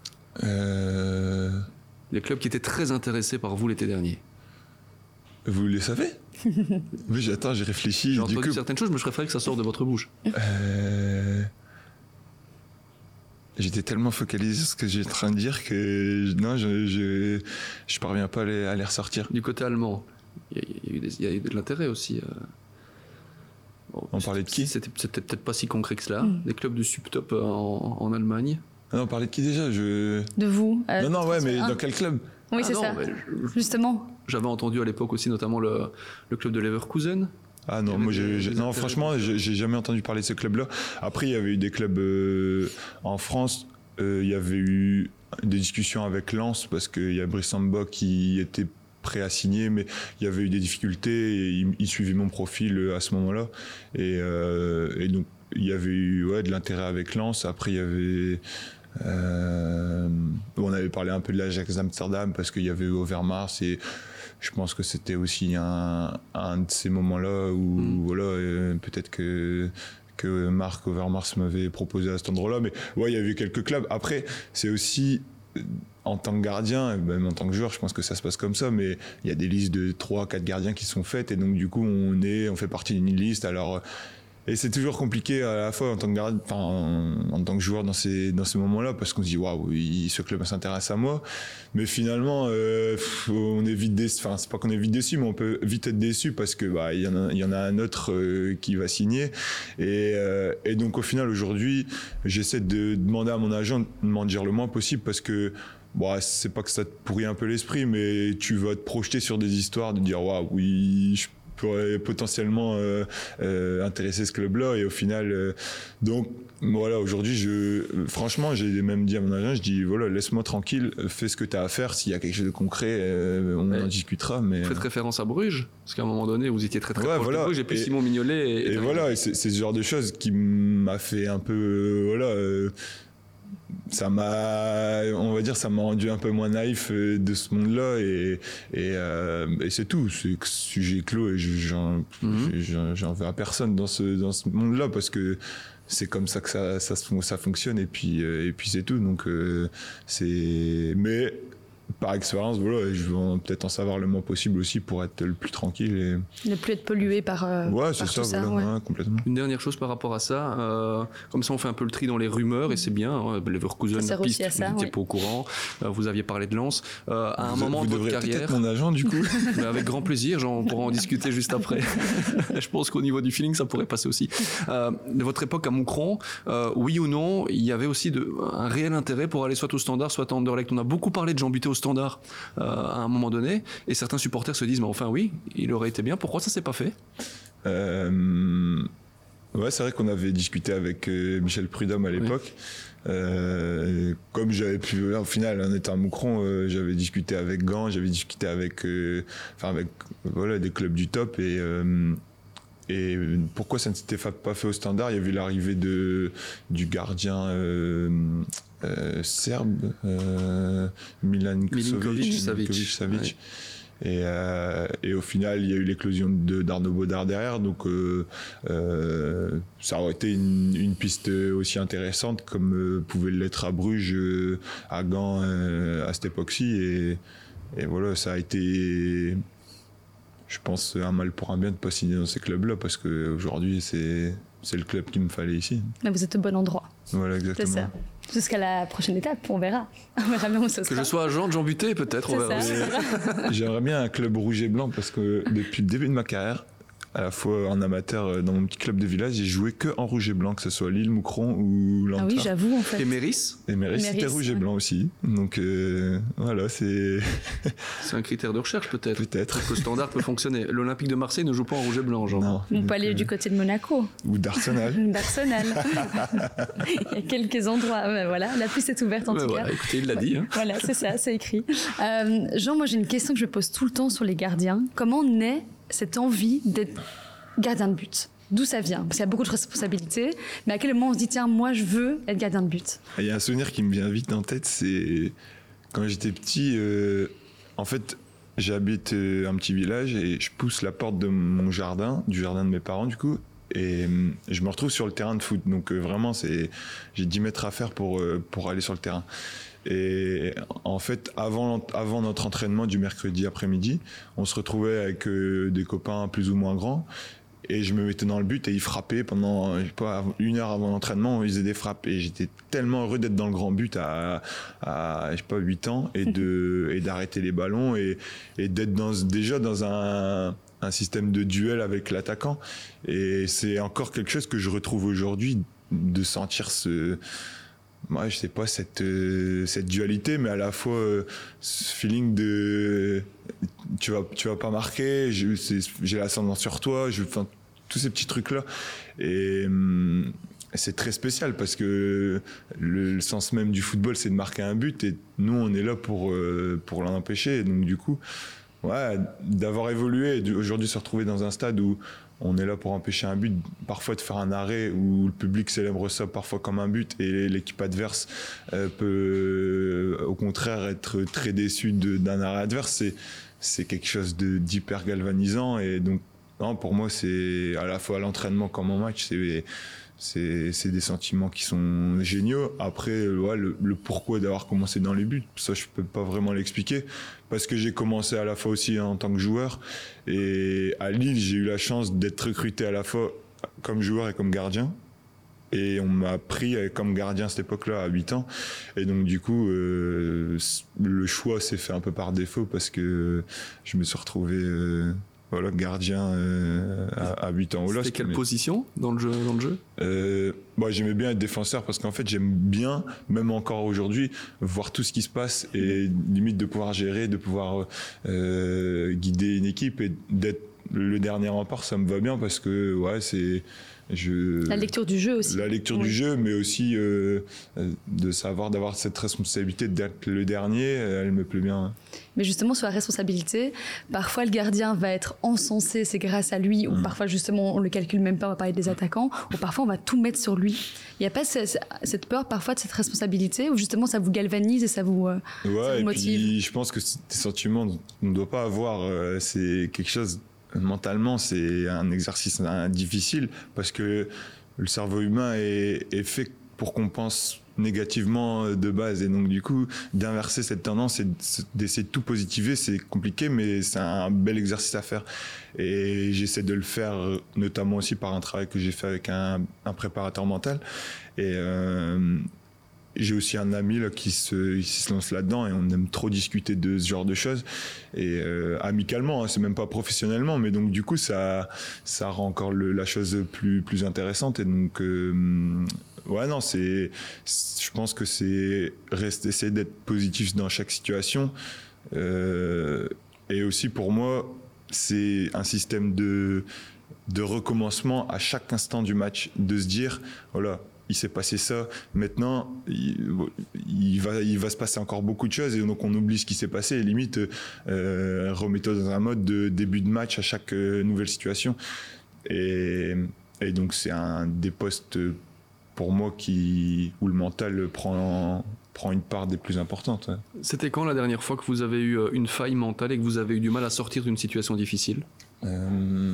euh... Les clubs qui étaient très intéressés par vous l'été dernier. Vous les savez? Oui, j'attends, j'ai réfléchi. J'ai entendu coup... certaines choses, mais je préférais que ça sorte de votre bouche. Euh... J'étais tellement focalisé sur ce que j'ai en train de dire que non, je je, je parviens pas à les, à les ressortir. Du côté allemand, il y, y, y, y a eu de l'intérêt aussi. Euh... Bon, on parlait de qui? C'était, c'était peut-être pas si concret que cela. Mm. Des clubs de subtop en, en Allemagne. Ah non, on parlait de qui déjà? Je... De vous. Euh, non, non, ouais, mais un... dans quel club? Oui, Ah c'est non, ça. mais je- Justement. J'avais entendu à l'époque aussi notamment le, le club de Leverkusen. Ah Il y non, avait moi des- j'ai, des j'ai- non intérêts franchement, comme ça. j'ai, j'ai jamais entendu parler de ce club-là. Après, il y avait eu des clubs euh, en France. euh, Il y avait eu des discussions avec Lens parce qu'il y a Brice Samba qui était prêt à signer, mais il y avait eu des difficultés et il, il suivait mon profil euh, à ce moment-là. Et, euh, et donc il y avait eu ouais, de l'intérêt avec Lens. Après, il y avait euh, on avait parlé un peu de l'Ajax d'Amsterdam parce qu'il y avait eu Overmars et je pense que c'était aussi un, un de ces moments-là où Mm. voilà, euh, peut-être que que Marc Overmars m'avait proposé à cet endroit-là, mais ouais, il y avait eu quelques clubs. Après, c'est aussi euh, en tant que gardien, et même en tant que joueur, je pense que ça se passe comme ça, mais il y a des listes de trois quatre gardiens qui sont faites et donc du coup on est, on fait partie d'une liste. Alors et c'est toujours compliqué à la fois en tant que gardien, enfin en, en tant que joueur dans ces dans ces moments-là parce qu'on se dit waouh, il- ce club s'intéresse à moi, mais finalement euh, pff, on est vite déçu. Enfin c'est pas qu'on est vite déçu, mais on peut vite être déçu parce que bah il y en a il y en a un autre euh, qui va signer et euh, et donc au final aujourd'hui j'essaie de demander à mon agent de m'en dire le moins possible parce que bon, c'est pas que ça te pourrit un peu l'esprit, mais tu vas te projeter sur des histoires de dire waouh, oui, je pourrais potentiellement euh, euh, intéresser ce club-là, et au final, euh, donc voilà, aujourd'hui, je, franchement, j'ai même dit à mon agent, je dis voilà, laisse-moi tranquille, fais ce que tu as à faire. S'il y a quelque chose de concret, euh, on Ouais. en discutera. Mais Vous faites référence à Bruges, parce qu'à un moment donné, vous étiez très très Ouais, proche voilà. de Bruges, et puis Et- Simon Mignolet. est- Et est voilà, et c'est c'est ce genre de choses qui m'a fait un peu, euh, voilà, euh, ça m'a, on va dire, ça m'a rendu un peu moins naïf euh, de ce monde-là, et, et, euh, et c'est tout, c'est que sujet clos, et je- j'en Mhm. j'en- j'en veux à personne dans ce, dans ce monde-là, parce que c'est comme ça que ça, ça, se- ça fonctionne, et puis, euh, et puis c'est tout, donc euh, c'est, mais par expérience, voilà, je veux en- peut-être en savoir le moins possible aussi pour être le plus tranquille, et Ne plus être pollué par, euh, ouais, c'est par ça, tout ça. voilà, ouais. ouais, complètement. Une dernière chose par rapport à ça, euh, comme ça on fait un peu le tri dans les rumeurs, et c'est bien, hein, Leverkusen, Ça sert la aussi piste, à ça, vous n'étiez oui. pas au courant, euh, vous aviez parlé de Lens, euh, à un Vous- moment vous de votre devrez carrière, peut-être mon agent, du coup. mais avec grand plaisir, j'en pourra en discuter juste après. Je pense qu'au niveau du feeling, ça pourrait passer aussi. Euh, de votre époque à Moucron, euh, oui ou non, il y avait aussi de, un réel intérêt pour aller soit au Standard, soit à Anderlecht. On a beaucoup parlé de Jean Buté au Standard euh, à un moment donné, et certains supporters se disent, mais enfin oui, il aurait été bien, pourquoi ça s'est pas fait? Euh, ouais, c'est vrai qu'on avait discuté avec euh, Michel Prudhomme à l'époque. Euh, comme j'avais pu, au final, en étant à Moucron, euh, j'avais discuté avec Gand, j'avais discuté avec, euh, enfin avec, voilà, des clubs du top, et euh, et pourquoi ça ne s'était fa- pas fait au Standard? Il y avait l'arrivée de du gardien euh, euh, serbe, euh, Milan Milinkovic Savic. Milinkovic Savic. Ouais. Et, euh, et au final, il y a eu l'éclosion de d'Arnaud Baudard derrière, donc euh, euh, ça aurait été une, une piste aussi intéressante comme euh, pouvait l'être à Bruges, euh, à Gand euh, à cette époque-ci. Et, et voilà, ça a été, je pense, un mal pour un bien de ne pas signer dans ces clubs-là, parce qu'aujourd'hui, c'est c'est le club qu'il me fallait ici. Mais vous êtes au bon endroit. Voilà, C'est exactement. ça. Jusqu'à la prochaine étape, on verra. On verra bien où ça Que sera. je sois agent de Jean Buté, peut-être, on C'est verra ça. aussi. J'aimerais bien un club rouge et blanc, parce que depuis le début de ma carrière, à la fois en amateur euh, dans mon petit club de village, j'ai joué que en rouge et blanc, que ce soit Lille, Moucron ou Ah Lantar. oui, j'avoue, en fait. Et Méris, Et Méris, c'était Méris, rouge et ouais. blanc aussi. Donc euh, voilà, c'est c'est un critère de recherche, peut-être. peut-être. Le Standard peut fonctionner. L'Olympique de Marseille ne joue pas en rouge et blanc, genre. Non. On Donc, peut aller euh, du côté de Monaco, ou d'Arsenal. d'Arsenal. Il y a quelques endroits. Ouais, voilà, la piste est ouverte en Ouais, tout voilà, cas. écoutez, il l'a dit. Hein. Voilà, c'est ça, c'est écrit. Euh, Jean, moi j'ai une question que je pose tout le temps sur les gardiens. Comment naît cette envie d'être gardien de but? D'où ça vient? Parce qu'il y a beaucoup de responsabilités, mais à quel moment on se dit tiens, moi je veux être gardien de but? Il y a un souvenir qui me vient vite en tête, c'est quand j'étais petit, euh, en fait, j'habite euh, un petit village et je pousse la porte de mon jardin, du jardin de mes parents du coup, et euh, je me retrouve sur le terrain de foot. Donc euh, vraiment, c'est, j'ai dix mètres à faire pour, euh, pour aller sur le terrain. Et en fait, avant, avant notre entraînement du mercredi après-midi, on se retrouvait avec euh, des copains plus ou moins grands. Et je me mettais dans le but et ils frappaient pendant, je sais pas, une heure avant l'entraînement, ils faisaient des frappes. Et j'étais tellement heureux d'être dans le grand but à, à je sais pas, huit ans et de, et d'arrêter les ballons et, et d'être dans, déjà dans un, un système de duel avec l'attaquant. Et c'est encore quelque chose que je retrouve aujourd'hui, de sentir ce, moi je sais pas cette euh, cette dualité, mais à la fois euh, ce feeling de tu vas tu vas pas marquer, je, c'est, j'ai l'ascendant sur toi, je enfin tous ces petits trucs là et hum, c'est très spécial parce que le, le sens même du football c'est de marquer un but et nous on est là pour euh, pour l'en empêcher, et donc du coup ouais, d'avoir évolué et aujourd'hui se retrouver dans un stade où on est là pour empêcher un but, parfois de faire un arrêt où le public célèbre ça parfois comme un but et l'équipe adverse euh, peut au contraire être très déçue de, d'un arrêt adverse, c'est, c'est quelque chose de, d'hyper galvanisant. Et donc non, pour moi c'est à la fois à l'entraînement comme en match, c'est C'est, c'est des sentiments qui sont géniaux. Après, ouais, le, le pourquoi d'avoir commencé dans les buts, ça je peux pas vraiment l'expliquer, parce que j'ai commencé à la fois aussi en tant que joueur, et à Lille j'ai eu la chance d'être recruté à la fois comme joueur et comme gardien, et on m'a pris comme gardien à cette époque-là à huit ans, et donc du coup euh, le choix s'est fait un peu par défaut parce que je me suis retrouvé euh, voilà, gardien euh, à, à huit ans au L O S C. C'était quelle mais... position dans le jeu, dans le jeu euh, bah, j'aimais bien être défenseur parce qu'en fait j'aime bien, même encore aujourd'hui, voir tout ce qui se passe et limite de pouvoir gérer, de pouvoir euh, guider une équipe et d'être le dernier rempart, ça me va bien parce que ouais, c'est je, la lecture du jeu aussi. La lecture oui. du jeu, mais aussi euh, de savoir, d'avoir cette responsabilité d'être le dernier, elle me plaît bien. Mais justement, sur la responsabilité, parfois le gardien va être encensé, c'est grâce à lui, ou mmh. parfois justement on le calcule même pas, on va parler des attaquants, ou parfois on va tout mettre sur lui. Il n'y a pas ce, cette peur parfois de cette responsabilité, où justement ça vous galvanise et ça vous, euh, ouais, ça vous et motive. Puis, je pense que c'est des sentiments qu'on ne doit pas avoir, euh, c'est quelque chose... Mentalement, c'est un exercice difficile parce que le cerveau humain est, est fait pour qu'on pense négativement de base, et donc du coup d'inverser cette tendance et d'essayer de tout positiver, c'est compliqué, mais c'est un bel exercice à faire, et j'essaie de le faire notamment aussi par un travail que j'ai fait avec un, un préparateur mental, et euh, j'ai aussi un ami là qui se, qui se lance là-dedans, et on aime trop discuter de ce genre de choses, et euh, amicalement, hein, c'est même pas professionnellement, mais donc du coup ça ça rend encore le, la chose plus plus intéressante, et donc euh, ouais non c'est, je pense que c'est rester, essayer d'être positif dans chaque situation, euh, et aussi pour moi c'est un système de de recommencement à chaque instant du match, de se dire voilà, il s'est passé ça, maintenant il, il, va, il va se passer encore beaucoup de choses, et donc on oublie ce qui s'est passé, et limite euh, remettons dans un mode de début de match à chaque euh, nouvelle situation, et, et donc c'est un des postes pour moi qui, où le mental prend, prend une part des plus importantes. Ouais. C'était quand la dernière fois que vous avez eu une faille mentale et que vous avez eu du mal à sortir d'une situation difficile ? euh,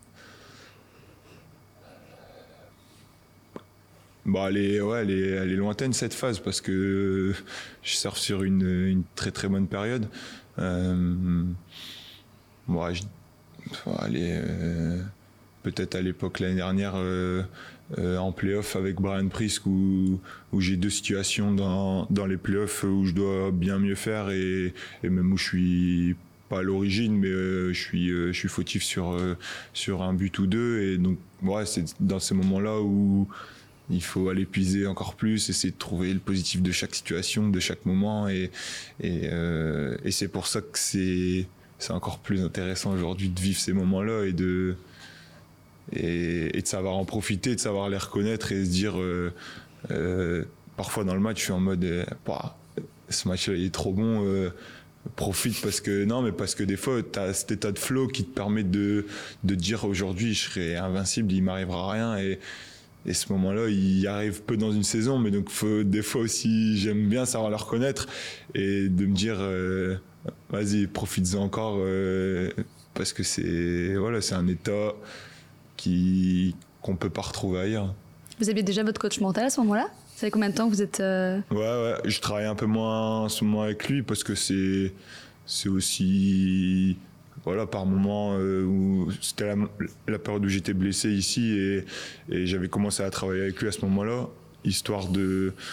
Bon, elle est, ouais, elle est, elle est lointaine cette phase parce que je surfe sur une, une très très bonne période. Euh, bon, je, elle est, euh, peut-être à l'époque l'année dernière euh, euh, en play-off avec Brian Prisk où, où j'ai deux situations dans, dans les play-offs où je dois bien mieux faire, et, et même où je suis pas à l'origine, mais euh, je suis, euh, je suis fautif sur, euh, sur un but ou deux, et donc ouais, c'est dans ces moments-là où il faut aller puiser encore plus, essayer de trouver le positif de chaque situation, de chaque moment, et, et, euh, et c'est pour ça que c'est, c'est encore plus intéressant aujourd'hui de vivre ces moments-là, et de, et, et de savoir en profiter, de savoir les reconnaître, et se dire euh, euh, parfois dans le match je suis en mode euh, bah, ce match-là il est trop bon, euh, profite, parce que non mais parce que des fois tu as cet état de flow qui te permet de, de dire aujourd'hui je serai invincible, il m'arrivera rien, et Et ce moment-là, il arrive peu dans une saison, mais donc faut, des fois aussi, j'aime bien savoir le reconnaître et de me dire, euh, vas-y, profites-en encore, euh, parce que c'est, voilà, c'est un état qui, qu'on peut pas retrouver ailleurs. Vous aviez déjà votre coach mental à ce moment-là ? Ça fait combien de temps que vous êtes... Euh... Ouais, ouais, je travaille un peu moins en ce moment avec lui parce que c'est, c'est aussi... Voilà, par moment euh, où c'était la, la période où j'étais blessé ici, et, et j'avais commencé à travailler avec lui à ce moment-là, histoire de,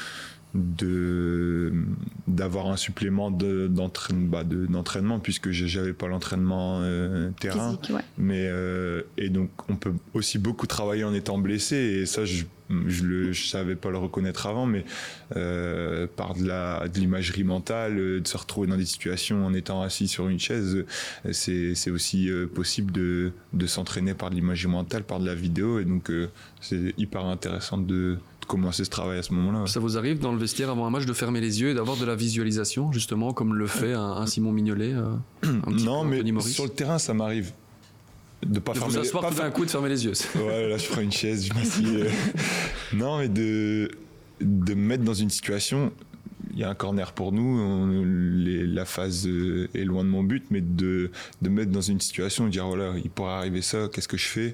de d'avoir un supplément de, d'entraînement, bah de, d'entraînement puisque j'avais pas l'entraînement euh, terrain. Physique, ouais. Mais euh, et donc on peut aussi beaucoup travailler en étant blessé et ça je je le je savais pas le reconnaître avant, mais euh, par de la de l'imagerie mentale, de se retrouver dans des situations en étant assis sur une chaise, c'est c'est aussi euh, possible de de s'entraîner par de l'imagerie mentale, par de la vidéo, et donc euh, c'est hyper intéressant de commencer ce travail à ce moment-là. Ça vous arrive dans le vestiaire avant un match de fermer les yeux et d'avoir de la visualisation, justement, comme le fait un, un Simon Mignolet, euh, un petit non, peu mais Anthony Maurice. Sur le terrain, ça m'arrive de pas de fermer vous asseoir pas tout d'un fer... coup, de fermer les yeux. Ouais, là, je prends une chaise, je m'assieds. Non, mais de de me mettre dans une situation. Il y a un corner pour nous, on, les, la phase est loin de mon but, mais de, de me mettre dans une situation, de dire voilà, il pourrait arriver ça, qu'est-ce que je fais,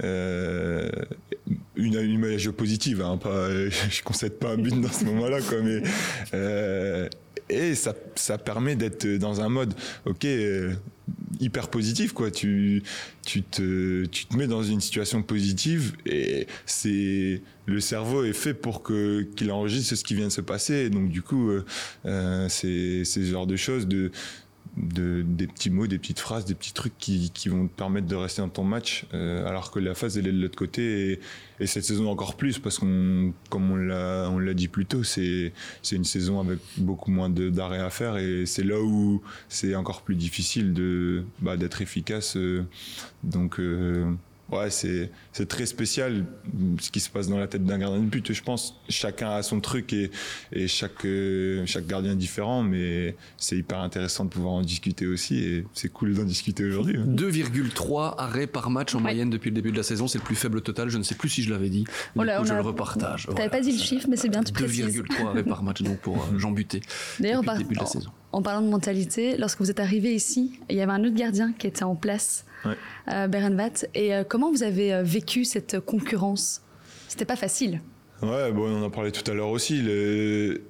euh, une, une image positive, hein, pas, je concède pas un but dans ce moment-là, quoi, mais euh, et ça, ça permet d'être dans un mode, ok, euh, hyper positif, quoi. Tu, tu te, tu te mets dans une situation positive et c'est, le cerveau est fait pour que, qu'il enregistre ce qui vient de se passer. Et donc, du coup, euh, c'est, c'est ce genre de choses, de, de, des petits mots, des petites phrases, des petits trucs qui, qui vont te permettre de rester dans ton match, euh, alors que la phase, elle est de l'autre côté. Et, et cette saison encore plus, parce qu'on, comme on l'a, on l'a dit plus tôt, c'est, c'est une saison avec beaucoup moins de, d'arrêts à faire, et c'est là où c'est encore plus difficile de, bah, d'être efficace. Euh, donc, euh, ouais, c'est, c'est très spécial ce qui se passe dans la tête d'un gardien de but. Je pense chacun a son truc et, et chaque, euh, chaque gardien est différent, mais c'est hyper intéressant de pouvoir en discuter aussi, et c'est cool d'en discuter aujourd'hui. Ouais. deux virgule trois arrêts par match en ouais. moyenne depuis le début de la saison, c'est le plus faible total. Je ne sais plus si je l'avais dit. Du Voilà, coup, je a... le repartage. T'avais voilà. pas dit le chiffre, mais c'est bien, tu précises. deux virgule trois arrêts par match, donc pour euh, Jean Buté. D'ailleurs, depuis par... le début de la en... saison. En parlant de mentalité, lorsque vous êtes arrivé ici, il y avait un autre gardien qui était en place, ouais. euh, Berenvat. Et euh, comment vous avez euh, vécu cette concurrence ? C'était pas facile. Ouais, bon, on en parlait tout à l'heure aussi. Le,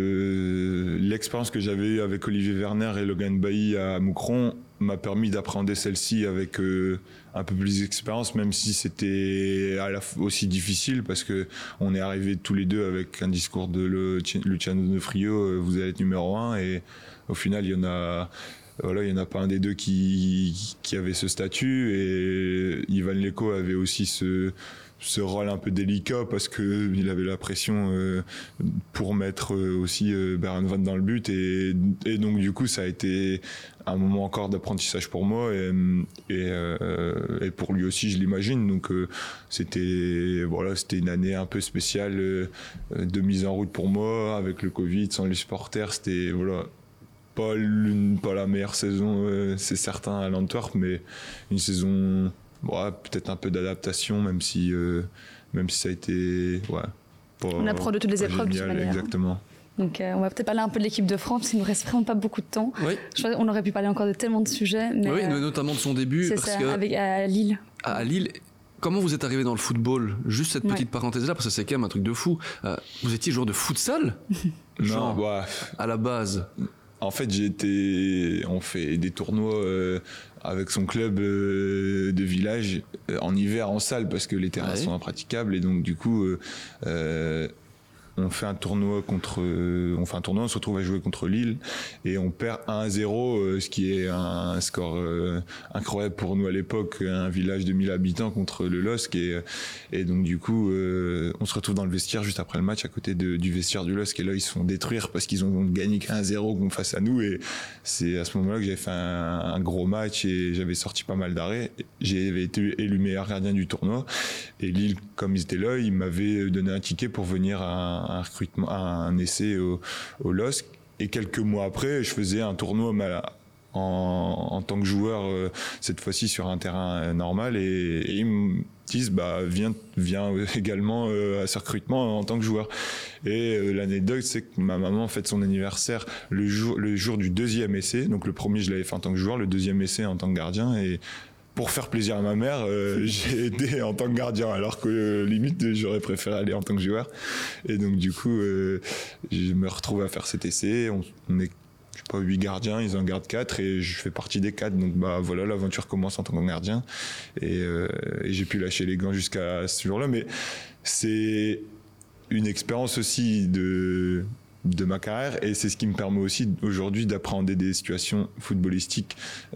le, l'expérience que j'avais eue avec Olivier Werner et Logan Bailly à Moucron m'a permis d'appréhender celle-ci avec euh, un peu plus d'expérience, même si c'était à la f- aussi difficile, parce que on est arrivés tous les deux avec un discours de le, Luciano D'Onofrio, euh, vous allez être numéro un, et au final, il y en a... Voilà, il y en a pas un des deux qui, qui avait ce statut, et Ivan Leko avait aussi ce, ce rôle un peu délicat parce que il avait la pression euh, pour mettre aussi euh, Berenvat dans le but, et, et donc du coup ça a été un moment encore d'apprentissage pour moi, et, et, euh, et pour lui aussi, je l'imagine. Donc euh, c'était voilà, c'était une année un peu spéciale euh, de mise en route pour moi avec le Covid, sans les supporters, c'était voilà. Pas, l'une, pas la meilleure saison, euh, c'est certain, à l'Antwerp, mais une saison, ouais, peut-être un peu d'adaptation, même si, euh, même si ça a été, ouais, pas, on apprend de toutes les épreuves, génial, de toute manière. Exactement. Donc euh, on va peut-être parler un peu de l'équipe de France, parce qu'il nous reste vraiment pas beaucoup de temps. Oui. Je crois qu'on aurait pu parler encore de tellement de sujets. Mais, Oui, euh, notamment de son début. c'est parce ça, que avec, à Lille. à Lille, comment vous êtes arrivé dans le football ? Juste cette petite ouais. parenthèse-là, parce que c'est quand même un truc de fou. Euh, vous étiez joueur de futsal ? Non, bah, à la base. En fait, j'ai été, on fait des tournois euh, avec son club euh, de village euh, en hiver en salle parce que les terrains ouais. sont impraticables, et donc du coup, euh, euh, on fait un tournoi contre, euh, on fait un tournoi, on se retrouve à jouer contre Lille et on perd un à zéro, euh, ce qui est un, un score euh, incroyable pour nous à l'époque, un village de mille habitants contre le L O S C, et, et donc du coup, euh, on se retrouve dans le vestiaire juste après le match à côté de, du vestiaire du L O S C, et là ils se font détruire parce qu'ils ont gagné qu'un à zéro face à nous, et c'est à ce moment-là que j'avais fait un, un gros match et j'avais sorti pas mal d'arrêts. J'avais été élu meilleur gardien du tournoi, et Lille, comme ils étaient là, ils m'avaient donné un ticket pour venir à un, un recrutement, à un essai au, au L O S C, et quelques mois après, je faisais un tournoi mal en, en tant que joueur, euh, cette fois-ci sur un terrain euh, normal, et, et ils me disent bah viens viens également euh, à ce recrutement en tant que joueur. Et euh, l'anecdote, c'est que ma maman fête son anniversaire le jour le jour du deuxième essai. Donc le premier, je l'avais fait en tant que joueur, le deuxième essai en tant que gardien, et pour faire plaisir à ma mère, euh, j'ai aidé en tant que gardien, alors que euh, limite j'aurais préféré aller en tant que joueur. Et donc du coup, euh, je me retrouve à faire cet essai. On, on est, je sais pas, huit gardiens, ils en gardent quatre, et je fais partie des quatre. Donc bah voilà, l'aventure commence en tant que gardien, et, euh, et j'ai pu lâcher les gants jusqu'à ce jour-là. Mais c'est une expérience aussi de, de ma carrière, et c'est ce qui me permet aussi aujourd'hui d'appréhender des situations footballistiques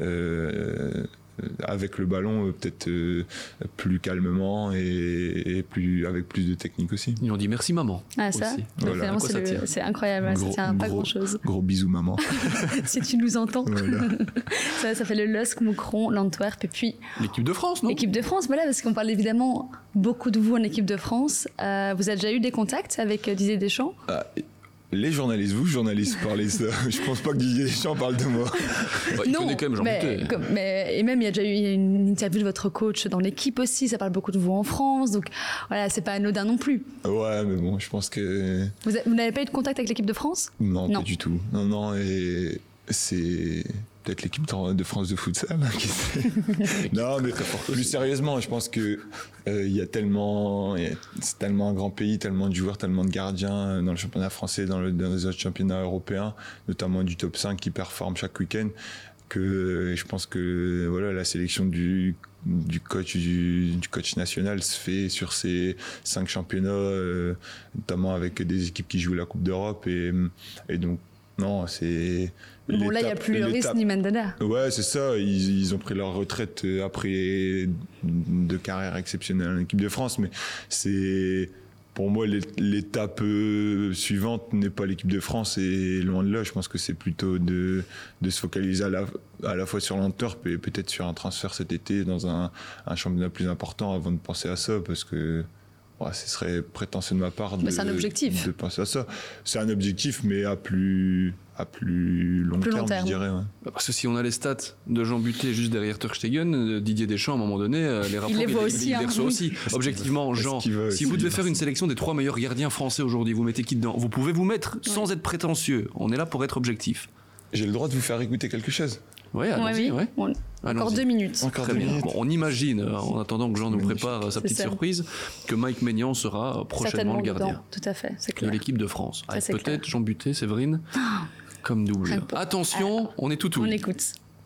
euh, avec le ballon euh, peut-être euh, plus calmement et, et plus, avec plus de technique aussi. Ils ont dit merci maman. Ah ça, aussi. donc Voilà. c'est, le, c'est incroyable, gros, ça tient pas gros, grand-chose. Gros bisous maman. Si tu nous entends. Voilà. ça, ça fait le L O S C, Moucron, l'Antwerp et puis... L'équipe de France, non ? L'équipe de France, voilà, parce qu'on parle évidemment beaucoup de vous en équipe de France. Euh, vous avez déjà eu des contacts avec euh, Didier Deschamps ? Ah, les journalistes, vous journalistes, parlez ça. Je pense pas que Didier Deschamps parle de moi. Bah, il non, connaît quand même Jean mais, Buté. comme, mais et même il y a déjà eu une interview de votre coach dans l'équipe aussi. Ça parle beaucoup de vous en France, donc voilà, c'est pas anodin non plus. Ouais, mais bon, je pense que Vous, a, vous n'avez pas eu de contact avec l'équipe de France ? non, Non. pas du tout. Non, non, et c'est peut-être l'équipe de France de futsal hein, qui sait. Non, mais plus sérieusement, je pense que euh, il y a tellement, y a, c'est tellement un grand pays, tellement de joueurs, tellement de gardiens dans le championnat français, dans, le, dans les autres championnats européens, notamment du top cinq qui performent chaque week-end, que euh, je pense que voilà, la sélection du du coach du, du coach national se fait sur ces cinq championnats, euh, notamment avec des équipes qui jouent la Coupe d'Europe, et, et donc non, c'est... Bon, là, il n'y a plus Lloris ni Mandanda. Ouais, c'est ça. Ils, ils ont pris leur retraite après de carrière exceptionnelle en équipe de France. Mais c'est, pour moi, l'étape suivante n'est pas l'équipe de France. Et loin de là, je pense que c'est plutôt de, de se focaliser à la, à la fois sur l'Antwerp et peut-être sur un transfert cet été dans un, un championnat plus important avant de penser à ça. Parce que... Ouais, ce serait prétentieux de ma part de, mais c'est un objectif. de penser à ça. C'est un objectif, mais à plus, à plus long, plus terme, long terme, je dirais. Ouais. Parce que si on a les stats de Jean Buté juste derrière Ter Stegen, Didier Deschamps, à un moment donné, les rapports, il les voit aussi. Il, il hein, les reçoit oui. aussi. Objectivement, Jean, si vous devez faire une sélection des trois meilleurs gardiens français aujourd'hui, vous mettez qui dedans ? Vous pouvez vous mettre ouais. sans être prétentieux. On est là pour être objectif. J'ai le droit de vous faire écouter quelque chose. Ouais, allons-y, ouais, oui. ouais. On... Encore allons-y. deux minutes. Encore Très deux bien. minutes. Bon, on imagine, en attendant que Jean nous prépare sa c'est petite ça. surprise, que Mike Maignan sera prochainement le gardien dedans. Tout à fait, c'est clair. de l'équipe de France. Ça, Avec c'est peut-être clair. Jean Buté, Séverine, comme double. Un peu. Attention, Alors, on est tout On ouïe. écoute.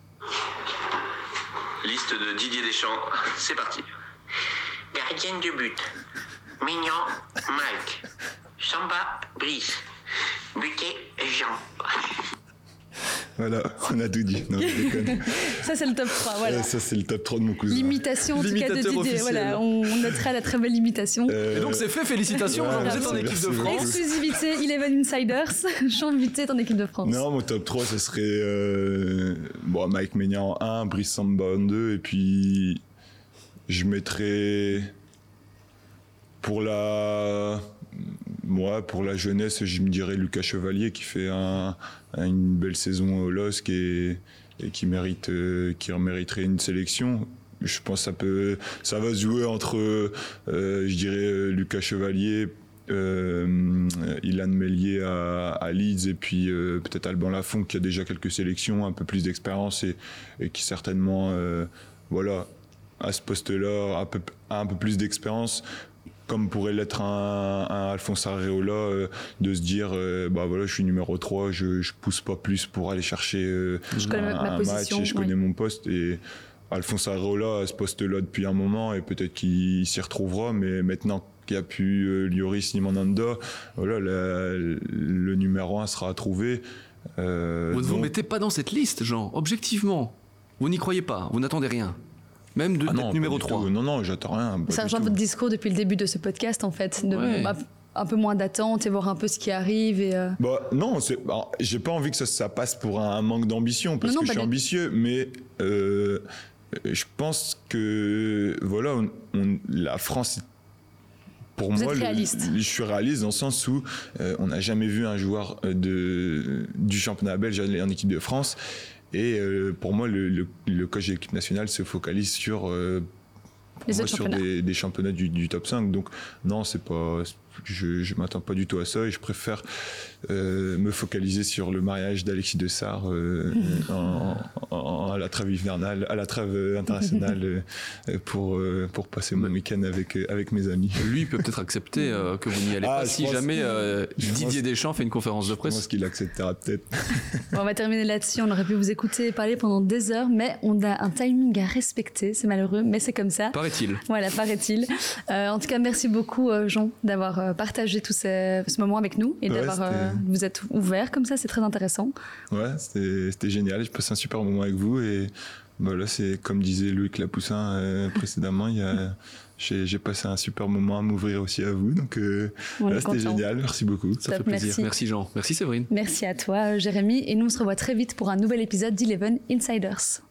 Liste de Didier Deschamps, c'est parti. Gardienne de but. Mignon, Mike. Samba, Brice. Buté, Jean. Voilà, on a tout dit. Non, je déconne. Ça, c'est le top trois. Voilà. Euh, ça, c'est le top trois de mon cousin. L'imitation, en tout cas, de L'imitateur Didier. officiel. Voilà, on notera la très belle imitation. Euh, Et donc c'est fait, félicitations, ouais, Jean, vous êtes en merci, équipe de merci France. Exclusivité Eleven Insiders. Jean Buté est en équipe de France. Non, mon top trois, ce serait euh, bon, Mike Maignan en un, Brice Samba en deux, et puis je mettrais pour la... Moi, pour la jeunesse, je me dirais Lucas Chevalier qui fait un, une belle saison au L O S C et, et qui mérite, euh, qui mériterait une sélection. Je pense que ça peut, ça va se jouer entre, euh, je dirais Lucas Chevalier, euh, Ilan Meslier à, à Leeds et puis euh, peut-être Alban Lafont qui a déjà quelques sélections, un peu plus d'expérience et, et qui certainement, euh, voilà, à ce poste-là, a un peu, a un peu plus d'expérience. Comme pourrait l'être un, un Alphonse Areola, euh, de se dire euh, bah voilà, je suis numéro trois, je, je pousse pas plus pour aller chercher euh, Je connais un, ma un position, match et je ouais. connais mon poste. Et Alphonse Areola a ce poste-là depuis un moment et peut-être qu'il s'y retrouvera, mais maintenant qu'il n'y a plus euh, Lloris ni Mandanda, voilà, la, le numéro un sera à trouver. Euh, Vous ne vous donc- mettez pas dans cette liste, Jean, objectivement. Vous n'y croyez pas, vous n'attendez rien. Même de Ah d'être non, numéro pas du trois. tout. Non, non, j'attends rien. pas Ça du rejoint tout. votre discours depuis le début de ce podcast, en fait. De, Ouais. bah, un peu moins d'attente et voir un peu ce qui arrive. Et, euh, Bah, non, c'est, alors, j'ai pas envie que ça, ça passe pour un manque d'ambition, parce Non, non, que pas je suis du- ambitieux, mais euh, je pense que voilà, on- on- la France, pour Vous moi, êtes le- réaliste. je suis réaliste dans le sens où euh, on n'a jamais vu un joueur de, du championnat belge aller en équipe de France. Et euh, pour moi, le, le, le coach de l'équipe nationale se focalise sur, euh, pour Les moi, autres sur championnats. des, des championnats du, du top cinq. Donc non, c'est pas, je je m'attends pas du tout à ça et je préfère euh, me focaliser sur le mariage d'Alexis Dessart euh, en, en- à la trêve hivernale, à la trêve internationale euh, pour euh, pour passer mon week-end avec euh, avec mes amis. Lui peut peut-être accepter euh, que vous n'y allez Ah, pas je si pense- jamais euh, je Didier pense- Deschamps fait une conférence de Je pense presse. qu'il acceptera peut-être. Bon, on va terminer là-dessus. On aurait pu vous écouter et parler pendant des heures, mais on a un timing à respecter. C'est malheureux, mais c'est comme ça. Paraît-il. Voilà, paraît-il. Euh, en tout cas, merci beaucoup, euh, Jean, d'avoir euh, partagé tout ces, ce moment avec nous et Ouais, d'avoir c'était- euh, vous êtes ouvert comme ça, c'est très intéressant. Ouais, c'était c'était génial. J'ai passé un super moment avec vous. Et bah, là, c'est comme disait Loïc Lapoussin euh, précédemment, il y a, j'ai, j'ai passé un super moment à m'ouvrir aussi à vous. Donc, euh, On là, est c'était content. génial. Merci beaucoup. Ça Top, fait plaisir. merci. Merci Jean. Merci Séverine. Merci à toi, Jérémy, et nous on se revoit très vite pour un nouvel épisode d'Eleven Insiders.